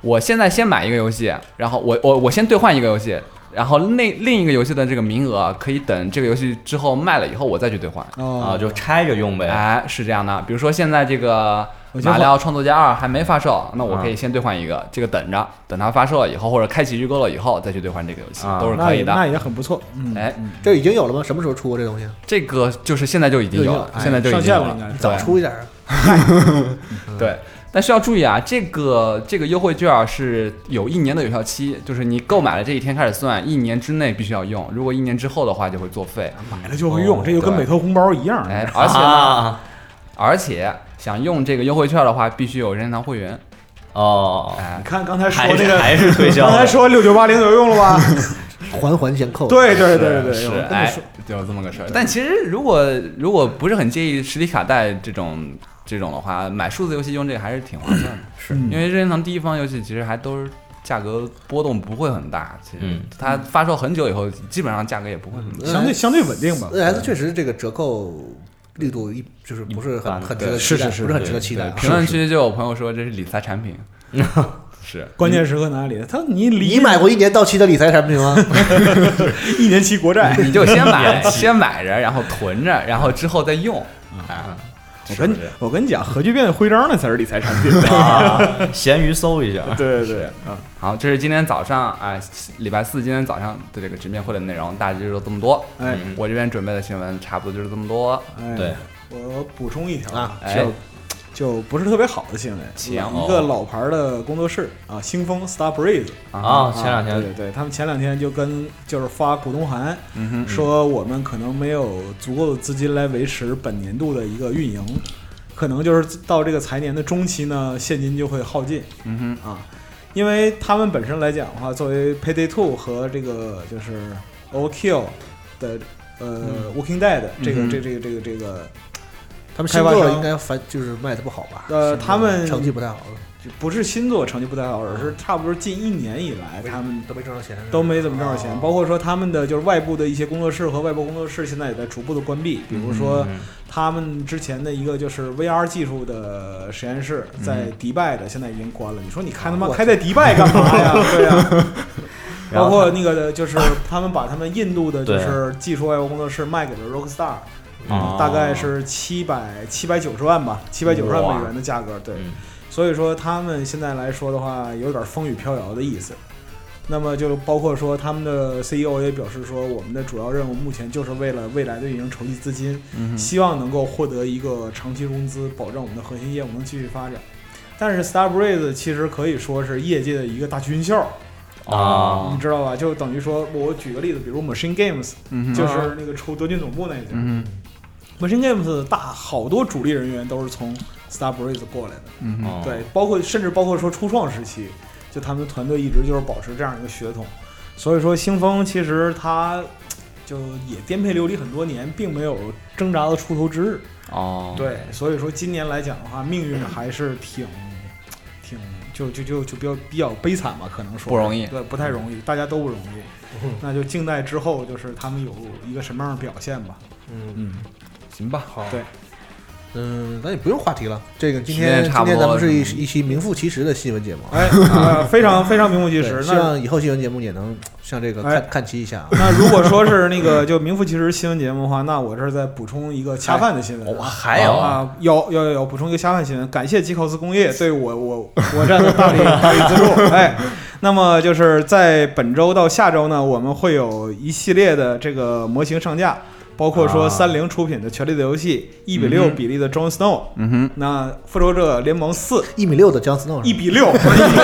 我现在先买一个游戏，然后我我我先兑换一个游戏。然后那另一个游戏的这个名额可以等这个游戏之后卖了以后我再去兑换啊，就拆着用呗。 哎，是这样的。比如说现在这个马里奥创作家二还没发售，那我可以先兑换一个，这个等着，等它发售了以后或者开启预购了以后再去兑换这个游戏，都是可以的。 那也很不错。嗯， 哎， 这已经有了吗？什么时候出这东西？ 这个就是现在就已经有了，现在就已经有了， 应该早出一点。 对。但是要注意啊，这个这个优惠券是有一年的有效期，就是你购买了这一天开始算，一年之内必须要用，如果一年之后的话就会作废。 买了就会用，哦、这就跟美特红包一样。 哎，而且呢、啊，而且想用这个优惠券的话，必须有任天堂会员。 哦， 哎，你看刚才说这个还是推销， 刚才说六九八零有用了吧？ 环环相扣。 对对对对对， 是哎，就这么个事儿。但其实如果如果不是很介意实体卡带这种。这种的话，买数字游戏用这个还是挺划算的， 是因为任天堂第一方游戏其实还都是价格波动不会很大，其实它发售很久以后，基本上价格也不会很相对相对稳定吧。 N S 确实这个折扣力度一就是不是很很值得期待， 是是是， 不是很值得期待。 评论区就有朋友说这是理财产品，是关键时刻哪里？他你你买过一年到期的理财产品吗？ 一年期国债， 你就先买先买着，然后囤着，然后之后再用啊。 我跟你我跟你讲，核聚变徽章那才是理财产品啊！闲鱼搜一下， 对对对， 嗯，好，这是今天早上哎，礼拜四今天早上的这个直面会的内容，大致就这么多。 哎， 我这边准备的新闻差不多就是这么多。 哎， 对， 我补充一条啊， 就就不是特别好的新闻，一个老牌的工作室啊，星风 Starbreeze 啊，前两天对对对，他们前两天就跟就是发股东函， 嗯哼， 说我们可能没有足够的资金来维持本年度的一个运营，可能就是到这个财年的中期呢，现金就会耗尽， 嗯哼啊，因为他们本身来讲的话，作为 Payday two 和这个就是 Overkill 的呃、嗯、Walking Dead 这个、嗯、这这个这个这个。 他们新作应该反就是卖的不好吧？ 呃，他们成绩不太好， 不是新作成绩不太好，而是差不多近一年以来，他们都没挣着钱， 都没怎么挣着钱。包括说他们的就是外部的一些工作室和外部工作室现在也在逐步的关闭，比如说他们之前的一个就是 V R 技术的实验室在迪拜的，现在已经关了。你说你开他妈开在迪拜干嘛呀？对呀。包括那个就是他们把他们印度的就是技术外部工作室卖给了 Rockstar。嗯，大概是七百七百九十万吧，七百九十万美元的价格，对，所以说他们现在来说的话，有点风雨飘摇的意思。那么就包括说他们的 C E O 也表示说，我们的主要任务目前就是为了未来的运营筹集资金， 嗯、 希望能够获得一个长期融资，保证我们的核心业务能继续发展。但是 Starbreeze 其实可以说是业界的一个大军校。 啊， 你知道吧？就等于说，我举个例子，比如 Machine Games，、 嗯、 就是那个出德军总部那家。 嗯 Machine Games 大好多主力人员都是从 Starbreeze 过来的， 嗯， 对，包括甚至包括说初创时期，就他们的团队一直就是保持这样一个血统，所以说星风其实他就也颠沛流离很多年，并没有挣扎的出头之日。 哦， 对，所以说今年来讲的话，命运还是挺挺就就就就比较比较悲惨吧，可能说不容易， 对，不太容易，大家都不容易。嗯、那就静待之后，就是他们有一个什么样的表现吧。 嗯嗯。 行吧， 好，对， 嗯，咱也不用话题了。这个今天今天咱们是一一期名副其实的新闻节目， 哎，呃、非常非常名副其实。 希望以后新闻节目也能像这个看、哎、看齐一下、啊。 那如果说是那个就名副其实新闻节目的话，那我这儿再补充一个恰饭的新闻。 哦、还有啊，有有有补充一个恰饭新闻，感谢吉考斯工业对我我我站的大力大力资助。哎，那么就是在本周到下周呢，我们会有一系列的这个模型上架。包括说三菱出品的《权力的游戏》一比六比例的 Jon Snow， 嗯哼， 那复仇者联盟四一米六的 Jon Snow， 一比六，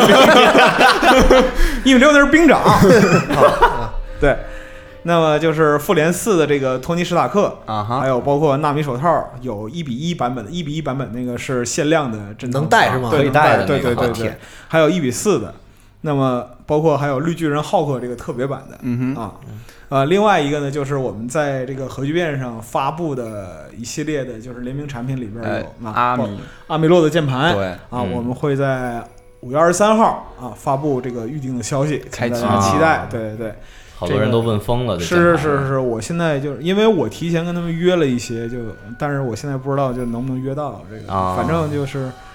一米六那是兵长，对，那么就是复联四的这个托尼史塔克啊哈， 还有包括纳米手套，有一比一版本的，一比一版本那个是限量的， 能带是吗？ 对， 可以带的， 对对对对，还有一比四的，那么包括还有绿巨人浩克这个特别版的， 嗯哼啊。呃，另外一个呢，就是我们在这个核聚变上发布的一系列的，就是联名产品里边有、 哎、 啊阿米阿米洛的键盘， 对啊、嗯，我们会在五月二十三号啊发布这个预定的消息， 开启期待，对对对， 好多人都问疯了， 是是是是，我现在就是因为我提前跟他们约了一些，就但是我现在不知道就能不能约到这个， 啊、 反正就是。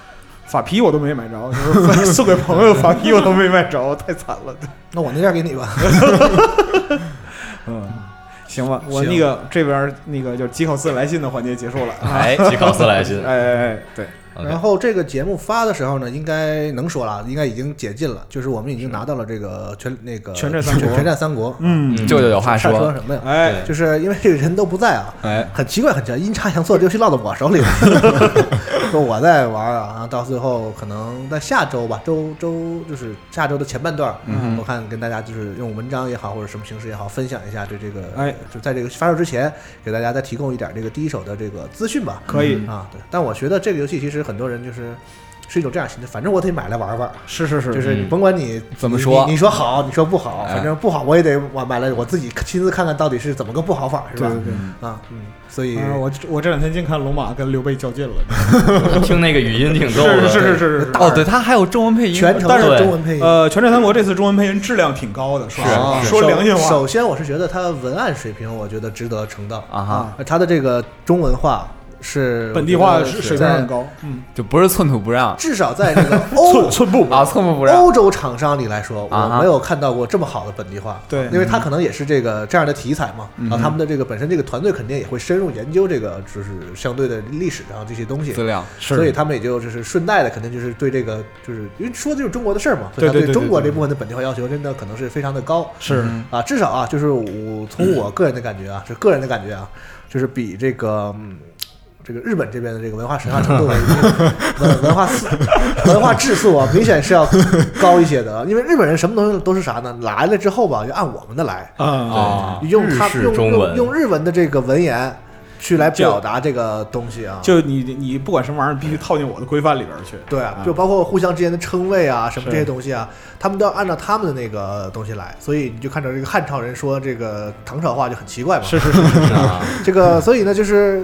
法皮我都没买着，就是送给朋友法皮我都没买着，太惨了。 那我那件给你吧。 嗯，行吧，我那个这边那个就是吉考斯来信的环节结束了。 哎，吉考斯来信， 哎哎哎，对。 然后这个节目发的时候呢，应该能说了，应该已经解禁了，就是我们已经拿到了这个全那个全战三国， 全战三国， 嗯， 舅舅有话说， 说什么呀？ 哎， 就是因为这个人都不在啊， 哎， 很奇怪，很奇怪，阴差阳错，这游戏落到我手里了，说我在玩啊，然后到最后可能在下周吧，周周就是下周的前半段， 嗯， 我看跟大家就是用文章也好或者什么形式也好，分享一下对这个， 哎， 就在这个发售之前，给大家再提供一点这个第一手的这个资讯吧， 可以啊，对，但我觉得这个游戏其实很多人就是。是一种这样心态，反正我得买来玩玩。 是是是， 就是你甭管你怎么说， 你你说好，你说不好，反正不好我也得我买来我自己亲自看看到底是怎么个不好法，是吧？ 对对对， 啊嗯，所以我我这两天净看龙马跟刘备较劲了， 听那个语音挺逗的， 是是是是是。 哦，对，他还有中文配音， 全程是中文配音。 呃，全战三国这次中文配音质量挺高的，是说良心话。 首先我是觉得它文案水平，我觉得值得称道啊哈， 它的这个中文化。是本地化水平很高，嗯， 就不是寸土不让， 至少在这个欧寸步啊寸步不让欧洲厂商里来说， 啊、 我没有看到过这么好的本地化。 对， 因为他可能也是这个这样的题材嘛， 嗯、 然后他们的这个本身这个团队肯定也会深入研究这个就是相对的历史上这些东西资料， 所以他们也就就是顺带的肯定就是对这个就是因为说的就是中国的事儿嘛，所以他对对中国这部分的本地化要求真的可能是非常的高。 是啊，至少啊，就是我从我个人的感觉啊，是个人的感觉啊，就是比这个。嗯这个日本这边的这个文化神话程度文文化文化质素啊，明显是要高一些的。因为日本人什么东西都是啥呢？来了之后吧，就按我们的来啊， 用他用用用日文的这个文言去来表达这个东西啊。 就你你不管什么玩意儿，必须套进我的规范里边去。 对啊，就包括互相之间的称谓啊，什么这些东西啊，他们都要按照他们的那个东西来。所以你就看到这个汉朝人说这个唐朝话就很奇怪嘛。 是是是是啊，这个所以呢，就是。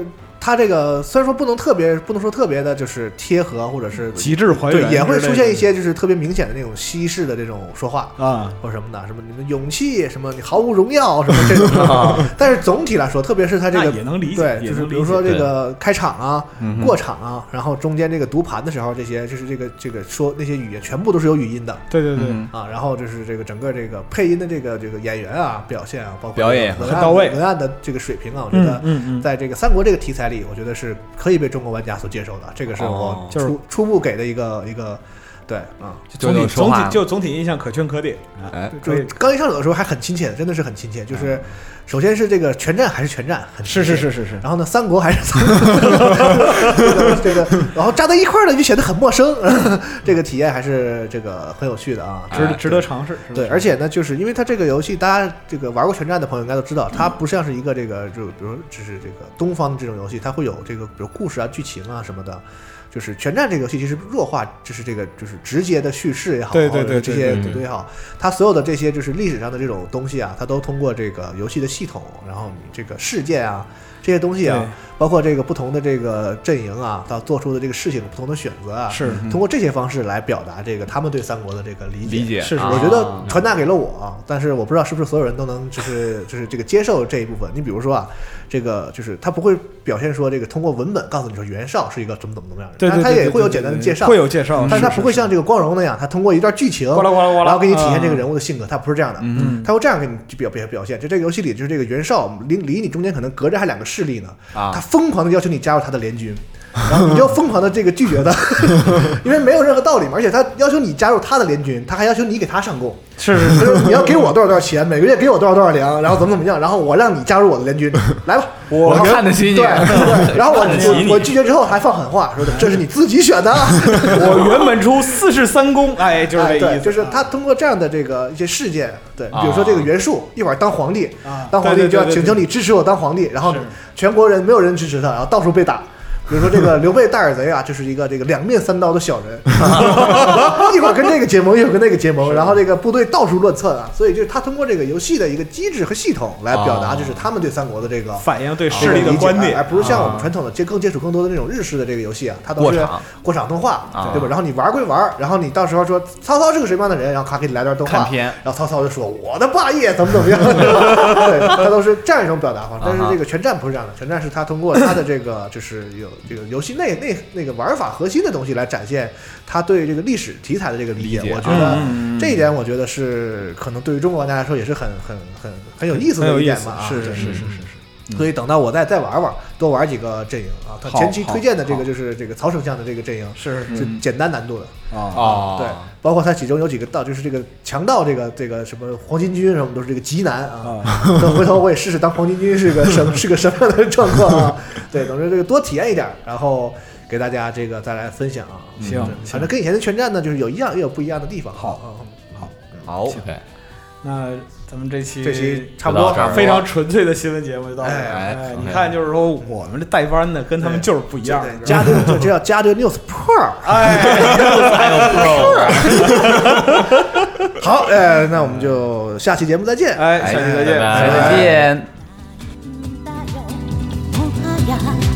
它这个虽然说不能特别，不能说特别的，就是贴合或者是极致还原， 对，也会出现一些就是特别明显的那种西式的这种说话啊， 或者什么的，什么你们勇气，什么你毫无荣耀，什么这种啊。但是总体来说，特别是它这个也能理解，对，就是比如说这个开场啊、 嗯、 过场啊，然后中间这个读盘的时候，这些就是这个这个说那些语言全部都是有语音的， 对对对啊，然后就是这个整个这个配音的这个这个演员啊表现啊，包括表演很到位， 文案的这个水平啊，我觉得在这个三国这个题材里，我觉得是。可以被中国玩家所接受的，这个是我初、哦、初步给的一个一个，对啊， 总体总体就总体印象可圈可点。 哎， 就刚一上手的时候还很亲切，真的是很亲切。就是首先是这个全战还是全战，很是是是是是。 然后呢，三国还是三国，这个，然后扎在一块儿呢就显得很陌生，这个体验还是这个很有趣的啊， 值值得尝试。 对，而且呢，就是因为它这个游戏，大家这个玩过全战的朋友应该都知道，它不像是一个这个就比如只是这个东方的这种游戏，它会有这个比如故事啊、剧情啊什么的。就是全战这个游戏其实弱化，就是这个就是直接的叙事也好， 对对对， 这些也好，它所有的这些就是历史上的这种东西啊，它都通过这个游戏的系统，然后你这个事件啊这些东西啊，包括这个不同的这个阵营啊，到做出的这个事情不同的选择啊， 是通过这些方式来表达这个他们对三国的这个理解。 理解是，我觉得传达给了我，但是我不知道是不是所有人都能就是就是这个接受这一部分。你比如说啊，这个就是他不会表现说这个通过文本告诉你说袁绍是一个怎么怎么怎么样的， 对对对， 但他也会有简单的介绍， 会有介绍， 但是他不会像这个光荣那样，他通过一段剧情，然后给你体现这个人物的性格，他不是这样的， 嗯， 他会这样给你表表表现。就这个游戏里，就是这个袁绍离离你中间可能隔着还两个势力呢， 啊， 他疯狂的要求你加入他的联军。然后你就疯狂的这个拒绝他，因为没有任何道理嘛，而且他要求你加入他的联军，他还要求你给他上供， 是是是，你要给我多少多少钱，每个月给我多少多少粮，然后怎么怎么样，然后我让你加入我的联军，来吧， 我看得起你， 对对，然后我我我拒绝之后还放狠话，说的这是你自己选的， 我原本出四世三公，哎，就是这意思， 就是他通过这样的这个一些事件，对，比如说这个袁术一会儿当皇帝，当皇帝就要请求你支持我当皇帝，然后全国人没有人支持他，然后到处被打。比如说这个刘备大耳贼啊，就是一个这个两面三刀的小人，一会儿跟这个结盟，一会儿跟那个结盟，然后这个部队到处乱窜啊，所以就是他通过这个游戏的一个机制和系统来表达，就是他们对三国的这个反映对势力的观点， 而不是像我们传统的接更接触更多的那种日式的这个游戏啊，它都是过场动画，对吧？然后你玩归玩，然后你到时候说曹操是个什么样的人，然后咔给你来段动画，然后曹操就说我的霸业怎么怎么样， 对，它都是这样一种表达方式。但是这个全战不是这样的，全战是它通过它的这个就是有这个游戏内那那个玩法核心的东西来展现它对这个历史题材的这个理解。我觉得这一点，我觉得是可能对于中国玩家来说也是很很很很有意思的一点吧。 是是是是是。 所以等到我再再玩玩，多玩几个阵营啊。他前期推荐的这个就是这个曹丞相的这个阵营是是简单难度的啊， 对，包括它其中有几个道，就是这个强盗这个这个什么黄巾军什么都是这个极难啊。等回头我也试试当黄巾军是个什是个什么样的状况啊？对，等着这个多体验一点，然后给大家这个再来分享啊。 行， 反正跟以前的全战呢，就是有一样也有不一样的地方。 好， 好， 好， 那。咱们这期这期差不多非常纯粹的新闻节目就到这儿。哎，你看，就是说我们这带班的跟他们就是不一样。 加这个这叫加这个 News Pro， 哎， 还有 Pro。好，哎，那我们就下期节目再见。 哎，下期再见， 再见。